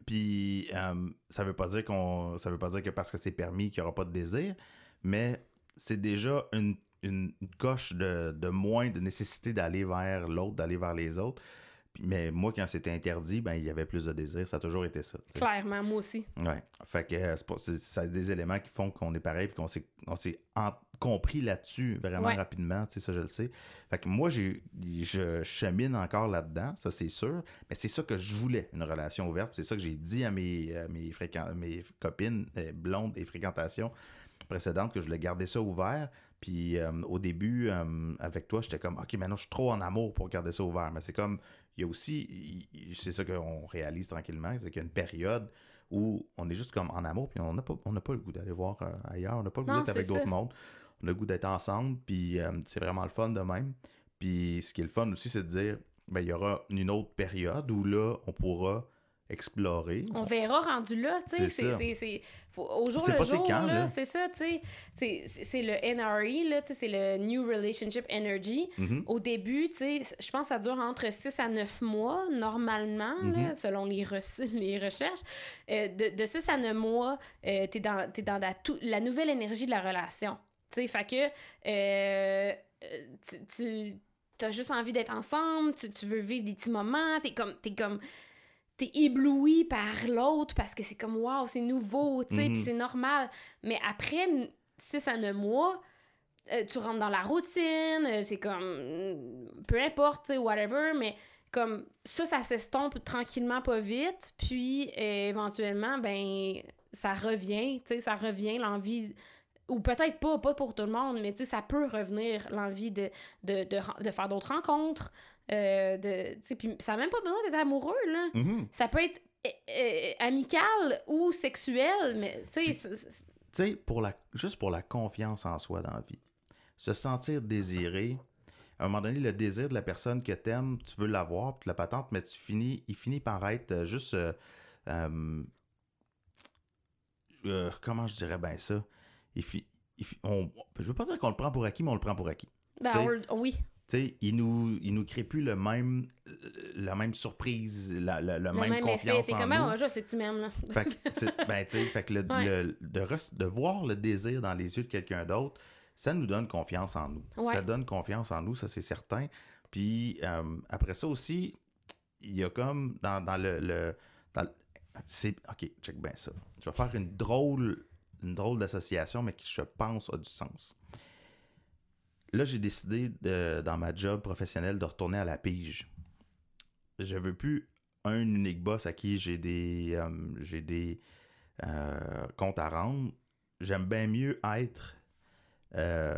Puis euh, ça veut pas dire qu'on ça veut pas dire que parce que c'est permis qu'il n'y aura pas de désir, mais c'est déjà une, une, une coche de, de moins de nécessité d'aller vers l'autre, d'aller vers les autres. Puis, mais moi, quand c'était interdit, ben il y avait plus de désir. Ça a toujours été ça. T'sais. Clairement, moi aussi. Ouais. Fait que euh, c'est, pas, c'est, c'est des éléments qui font qu'on est pareil puis qu'on s'est, on s'est en, compris là-dessus vraiment ouais. rapidement. Tu sais, ça, je le sais. Fait que moi, j'ai, je chemine encore là-dedans, ça, c'est sûr. Mais c'est ça que je voulais, une relation ouverte. C'est ça que j'ai dit à mes, à mes, fréquent, mes copines euh, blondes et fréquentations précédentes, que je voulais garder ça ouvert. Puis euh, au début, euh, avec toi, j'étais comme, OK, maintenant, je suis trop en amour pour garder ça ouvert. Mais c'est comme... Il y a aussi, c'est ça qu'on réalise tranquillement, c'est qu'il y a une période où on est juste comme en amour, puis on n'a pas, on n'a pas le goût d'aller voir euh, ailleurs, on n'a pas le goût non, d'être avec ça. d'autres mondes, on a le goût d'être ensemble, puis euh, c'est vraiment le fun de même. Puis ce qui est le fun aussi, c'est de dire, ben il y aura une autre période où là, on pourra explorer. On verra rendu là, tu sais, c'est, c'est, c'est, faut, au jour c'est le pas jour, quand, là, là. c'est ça, tu sais, c'est, c'est, c'est le N R E, là, tu sais, c'est le New Relationship Energy. Mm-hmm. Au début, tu sais, je pense que ça dure entre six à neuf mois, normalement, mm-hmm. là, selon les, re- les recherches. Euh, de, de six à neuf mois, euh, t'es dans, t'es dans la, tout, la nouvelle énergie de la relation, tu sais, fait que euh, tu, tu t'as juste envie d'être ensemble, tu, tu veux vivre des petits moments, t'es comme... T'es comme t'es ébloui par l'autre parce que c'est comme wow, c'est nouveau, tu sais, mm-hmm. puis c'est normal. Mais après six à neuf mois, euh, tu rentres dans la routine, euh, c'est comme peu importe, tu sais, whatever, mais comme ça, ça s'estompe tranquillement, pas vite, puis euh, éventuellement, ben, ça revient, tu sais, ça revient, l'envie... Ou peut-être pas, pas pour tout le monde, mais tu sais, ça peut revenir, l'envie de, de, de, de faire d'autres rencontres. Euh, de, tu sais, puis ça n'a même pas besoin d'être amoureux, là. Mm-hmm. Ça peut être euh, euh, amical ou sexuel, mais tu sais... Tu sais, pour la, juste pour la confiance en soi dans la vie. Se sentir désiré, à un moment donné, le désir de la personne que t'aimes, tu veux l'avoir, puis la patente, mais tu finis, il finit par être juste... Euh, euh, euh, comment je dirais bien ça? Il fi, il fi, on, je veux pas dire qu'on le prend pour acquis, mais on le prend pour acquis. Ben, on, oui. Tu sais, il nous, il nous crée plus le même, la même surprise, la, la, le, le même, même confiance effet. T'es en comme, nous. T'es comme, je sais que tu m'aimes, là. Fait que, c'est, ben, tu sais, fait que le, ouais. le, de, de voir le désir dans les yeux de quelqu'un d'autre, ça nous donne confiance en nous. Ouais. Ça donne confiance en nous, ça, c'est certain. Puis, euh, après ça aussi, il y a comme, dans, dans le... le dans, c'est, OK, check bien ça. Je vais faire une drôle... une drôle d'association, mais qui, je pense, a du sens. Là, j'ai décidé, de, dans ma job professionnelle, de retourner à la pige. Je veux plus un unique boss à qui j'ai des, euh, j'ai des euh, comptes à rendre. J'aime bien mieux être... Euh,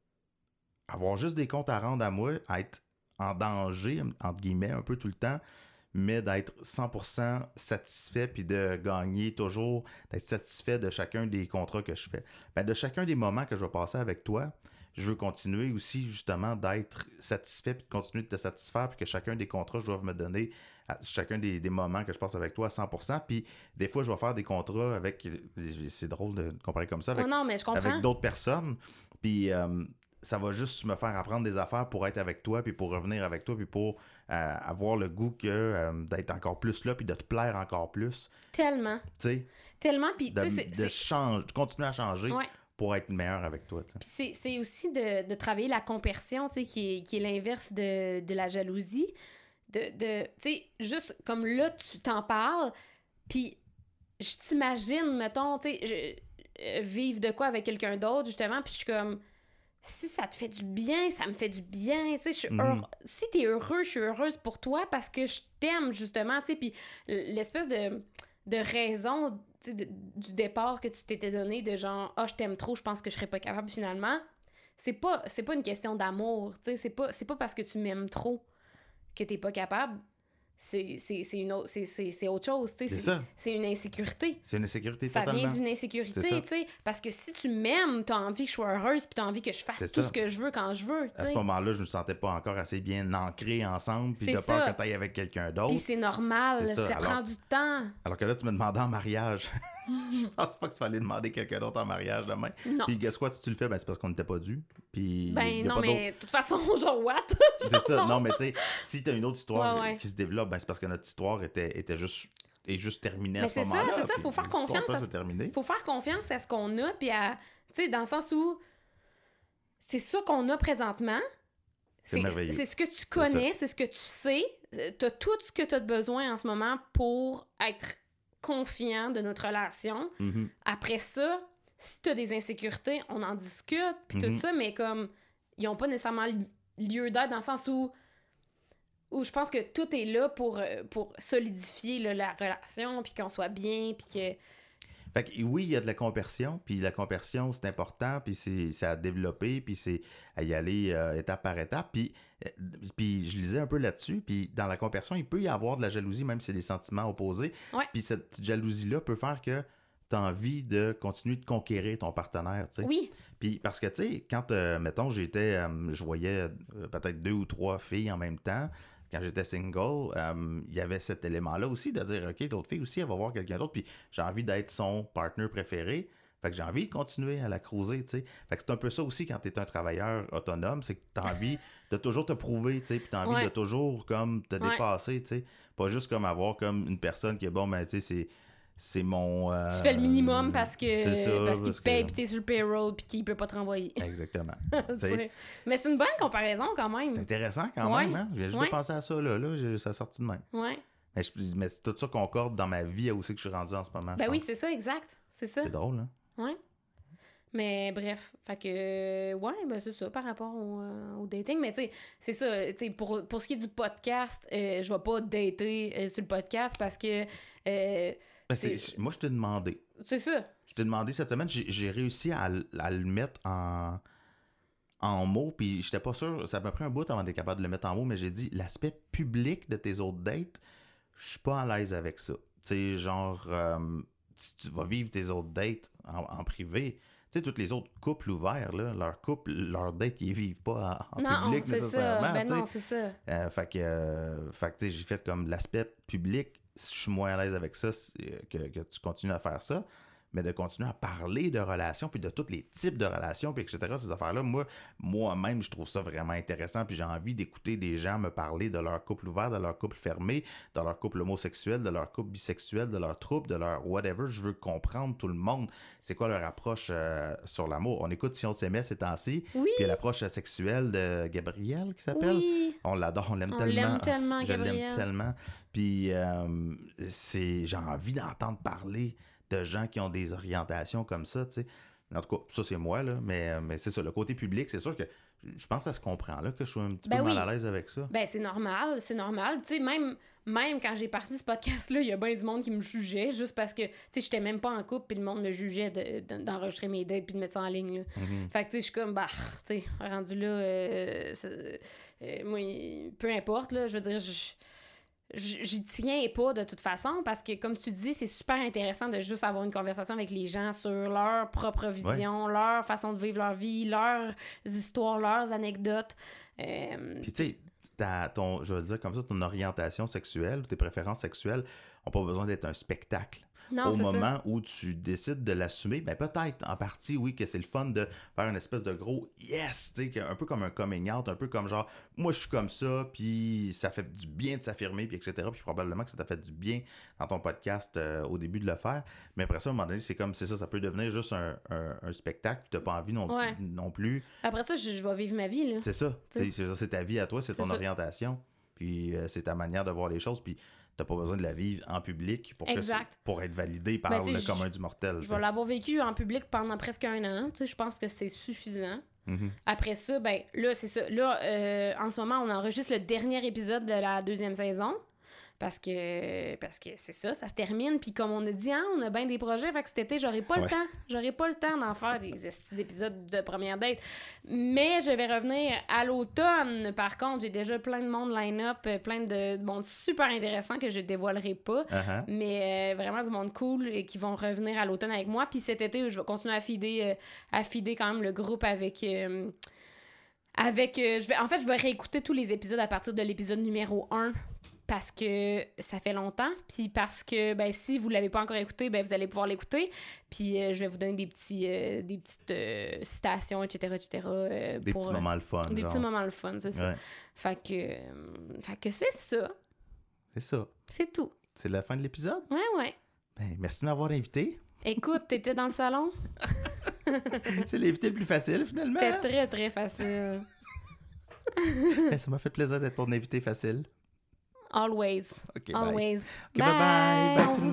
avoir juste des comptes à rendre à moi, être en danger, entre guillemets, un peu tout le temps, mais d'être cent pour cent satisfait puis de gagner toujours, d'être satisfait de chacun des contrats que je fais. Ben, de chacun des moments que je vais passer avec toi, je veux continuer aussi justement d'être satisfait puis de continuer de te satisfaire puis que chacun des contrats, je dois me donner à chacun des, des moments que je passe avec toi à cent pour cent. Puis des fois, je vais faire des contrats avec, c'est drôle de comparer comme ça, avec, non, non, mais je comprends. avec d'autres personnes. Puis euh, ça va juste me faire apprendre des affaires pour être avec toi puis pour revenir avec toi puis pour euh, avoir le goût que euh, d'être encore plus là puis de te plaire encore plus. Tellement. Tu sais. Tellement. Puis de, c'est, de c'est... changer, de continuer à changer. Ouais. Pour être meilleur avec toi. Puis c'est, c'est aussi de, de travailler la compersion, tu sais, qui est, qui est l'inverse de, de la jalousie. De, de tu sais, juste comme là, tu t'en parles, puis je t'imagine, mettons, tu sais, euh, vivre de quoi avec quelqu'un d'autre, justement, puis je suis comme, si ça te fait du bien, ça me fait du bien, tu sais, je suis heureux. Mm. Si t'es heureux, je suis heureuse pour toi parce que je t'aime, justement, tu sais, puis l'espèce de, de raison... De, du départ que tu t'étais donné de genre ah oh, je t'aime trop, je pense que je serais pas capable finalement, c'est pas c'est pas une question d'amour, tu sais, c'est pas c'est pas parce que tu m'aimes trop que t'es pas capable, c'est c'est c'est une autre c'est c'est c'est autre chose, tu sais, c'est, c'est ça. C'est une insécurité. C'est une insécurité ça totalement. Ça vient d'une insécurité, tu sais, parce que si tu m'aimes, t'as envie que je sois heureuse, puis t'as envie que je fasse c'est tout ça. Ce que je veux quand je veux, tu sais. À ce moment-là, je me sentais pas encore assez bien ancré ensemble, puis de peur ça. que t'ailles avec quelqu'un d'autre. Puis c'est normal, c'est ça, ça alors, prend du temps. Alors que là, tu me demandais en mariage. Je pense pas que tu fallait demander quelqu'un d'autre en mariage demain. Non. Puis guess what, si tu le fais, ben c'est parce qu'on n'était pas dû. Puis ben non, mais de toute façon, genre what? C'est ça, non, mais tu sais, si t'as une autre histoire ouais, ouais. qui se développe, ben c'est parce que notre histoire était, était juste, est juste terminée mais à ce moment-là. C'est ça, c'est ça, faut faire confiance. À ce... Faut faire confiance à ce qu'on a, puis à, tu sais, dans le sens où c'est ça qu'on a présentement. C'est, c'est merveilleux. C'est ce que tu connais, c'est, c'est ce que tu sais. T'as tout ce que tu as besoin en ce moment pour être confiant de notre relation. Mm-hmm. Après ça, si tu as des insécurités, on en discute, puis mm-hmm. tout ça, mais comme, ils n'ont pas nécessairement lieu d'être dans le sens où où je pense que tout est là pour, pour solidifier là, la relation, puis qu'on soit bien, puis que... Fait que oui, il y a de la compersion, puis la compersion, c'est important, puis c'est, c'est à développer, puis c'est à y aller euh, étape par étape, puis, euh, puis je lisais un peu là-dessus, puis dans la compersion, il peut y avoir de la jalousie, même si c'est des sentiments opposés, ouais. Puis cette petite jalousie-là peut faire que tu as envie de continuer de conquérir ton partenaire, tu sais. Oui. Puis parce que, tu sais, quand, euh, mettons, j'étais, euh, je voyais euh, peut-être deux ou trois filles en même temps, quand j'étais single, euh, il y avait cet élément-là aussi de dire, OK, l'autre fille aussi, elle va voir quelqu'un d'autre, puis j'ai envie d'être son partner préféré. Fait que j'ai envie de continuer à la cruiser, tu sais. Fait que c'est un peu ça aussi quand t'es un travailleur autonome, c'est que t'as envie de toujours te prouver, tu sais, puis t'as envie ouais. de toujours, comme, te ouais. dépasser, tu sais. Pas juste comme avoir comme une personne qui est, bon, ben, tu sais, c'est... C'est mon... Euh, tu fais le minimum parce que ça, parce qu'il parce te paye, que... puis t'es sur le payroll, puis qu'il peut pas te renvoyer. Exactement. Mais c'est une bonne comparaison quand même. C'est intéressant quand ouais. même, hein? J'ai juste ouais. de penser à ça, là. Là, j'ai, ça a sorti de même. Ouais. Mais, je, mais c'est tout ça concorde dans ma vie aussi que je suis rendu en ce moment. Ben oui, c'est ça, exact. C'est ça. C'est drôle, hein? Ouais. Mais bref, fait que, ouais, ben c'est ça par rapport au, euh, au dating. Mais tu sais, c'est ça, tu sais, pour, pour ce qui est du podcast, euh, je vais pas dater euh, sur le podcast parce que... Euh, ben c'est, c'est, moi, je t'ai demandé. C'est ça. Je t'ai demandé cette semaine, j'ai, j'ai réussi à, à le mettre en, en mots, puis j'étais pas sûr, ça m'a pris un bout avant d'être capable de le mettre en mots, mais j'ai dit, l'aspect public de tes autres dates, je suis pas à l'aise avec ça. Tu sais, genre, euh, si tu vas vivre tes autres dates en, en privé... Tu sais, tous les autres couples ouverts, là, leur couple, leur date, ils vivent pas en, en non, public c'est nécessairement. Ça. Ben t'sais. non, c'est ça. Euh, fait que, euh, fait que tu sais, j'ai fait comme l'aspect public, je suis moins à l'aise avec ça, que, que tu continues à faire ça, mais de continuer à parler de relations, puis de tous les types de relations, puis et cetera, ces affaires-là, moi, moi-même, je trouve ça vraiment intéressant, puis j'ai envie d'écouter des gens me parler de leur couple ouvert, de leur couple fermé, de leur couple homosexuel, de leur couple bisexuel, de leur trouble, de leur whatever. Je veux comprendre tout le monde, c'est quoi leur approche euh, sur l'amour. On écoute Si on s'aimait ces temps-ci, oui. Puis l'approche sexuelle de Gabriel, qui s'appelle. Oui. On l'adore, on l'aime on tellement. L'aime tellement je Gabriel. l'aime tellement. Puis euh, c'est, j'ai envie d'entendre parler de gens qui ont des orientations comme ça, tu sais. En tout cas, ça, c'est moi, là, mais, mais c'est ça, le côté public, c'est sûr que je pense que ça se comprend, là, que je suis un petit ben peu oui. mal à l'aise avec ça. Ben, c'est normal, c'est normal. Tu sais, même, même quand j'ai parti ce podcast-là, il y a bien du monde qui me jugeait, juste parce que, tu sais, j'étais même pas en couple, puis le monde me jugeait de, de, d'enregistrer mes dates puis de mettre ça en ligne, là. Mm-hmm. Fait que, tu sais, je suis comme, bah, tu sais, rendu là, euh, euh, moi, peu importe, là, je veux dire, je... j'y tiens pas de toute façon parce que, comme tu dis, c'est super intéressant de juste avoir une conversation avec les gens sur leur propre vision, ouais. leur façon de vivre leur vie, leurs histoires, leurs anecdotes. Euh... Puis tu sais, ton, je veux dire comme ça, ton orientation sexuelle, tes préférences sexuelles n'ont pas besoin d'être un spectacle. Non, au c'est moment ça. Où tu décides de l'assumer, ben peut-être en partie, oui, que c'est le fun de faire une espèce de gros yes, tu sais, un peu comme un coming out, un peu comme genre, moi je suis comme ça, puis ça fait du bien de s'affirmer, puis et cetera. Puis probablement que ça t'a fait du bien dans ton podcast euh, au début de le faire. Mais après ça, à un moment donné, c'est comme, c'est ça, ça peut devenir juste un, un, un spectacle, puis t'as pas envie non, ouais. non plus. Après ça, je, je vais vivre ma vie, là. C'est ça, c'est, c'est, c'est ta vie à toi, c'est ton c'est orientation, puis euh, c'est ta manière de voir les choses, puis t'as pas besoin de la vivre en public pour, que pour être validé par ben, le commun du mortel. Je vais l'avoir vécu en public pendant presque un an. Je pense que c'est suffisant. Mm-hmm. Après ça, ben là, c'est ça. Là, euh, en ce moment, on enregistre le dernier épisode de la deuxième saison. Parce que parce que c'est ça, ça se termine. Puis comme on a dit, hein, on a bien des projets. Fait que cet été, j'aurai pas ouais. le temps. J'aurai pas le temps d'en faire des épisodes de première date. Mais je vais revenir à l'automne. Par contre, j'ai déjà plein de monde line-up, plein de, de monde super intéressant que je dévoilerai pas. Uh-huh. Mais euh, vraiment du monde cool et qui vont revenir à l'automne avec moi. Puis cet été, je vais continuer à feeder, euh, à feeder quand même le groupe avec... Euh, avec euh, je vais, en fait, je vais réécouter tous les épisodes à partir de l'épisode numéro un. Parce que ça fait longtemps, puis parce que ben si vous l'avez pas encore écouté, ben vous allez pouvoir l'écouter, puis euh, je vais vous donner des petits euh, des petites euh, citations, et cetera, et cetera. Euh, des pour, petits moments le fun. Des genre. petits moments le fun, c'est ça. Ouais. Fait que, euh, fait que c'est ça. C'est ça. C'est tout. C'est la fin de l'épisode? Ouais, ouais. Ben, merci de m'avoir invité. Écoute, t'étais dans le salon? C'est l'invité le plus facile, finalement. C'était très, très facile. Ben, ça m'a fait plaisir d'être ton invité facile. Always. OK, bye. Always. OK, bye bye. Bye, tout le monde.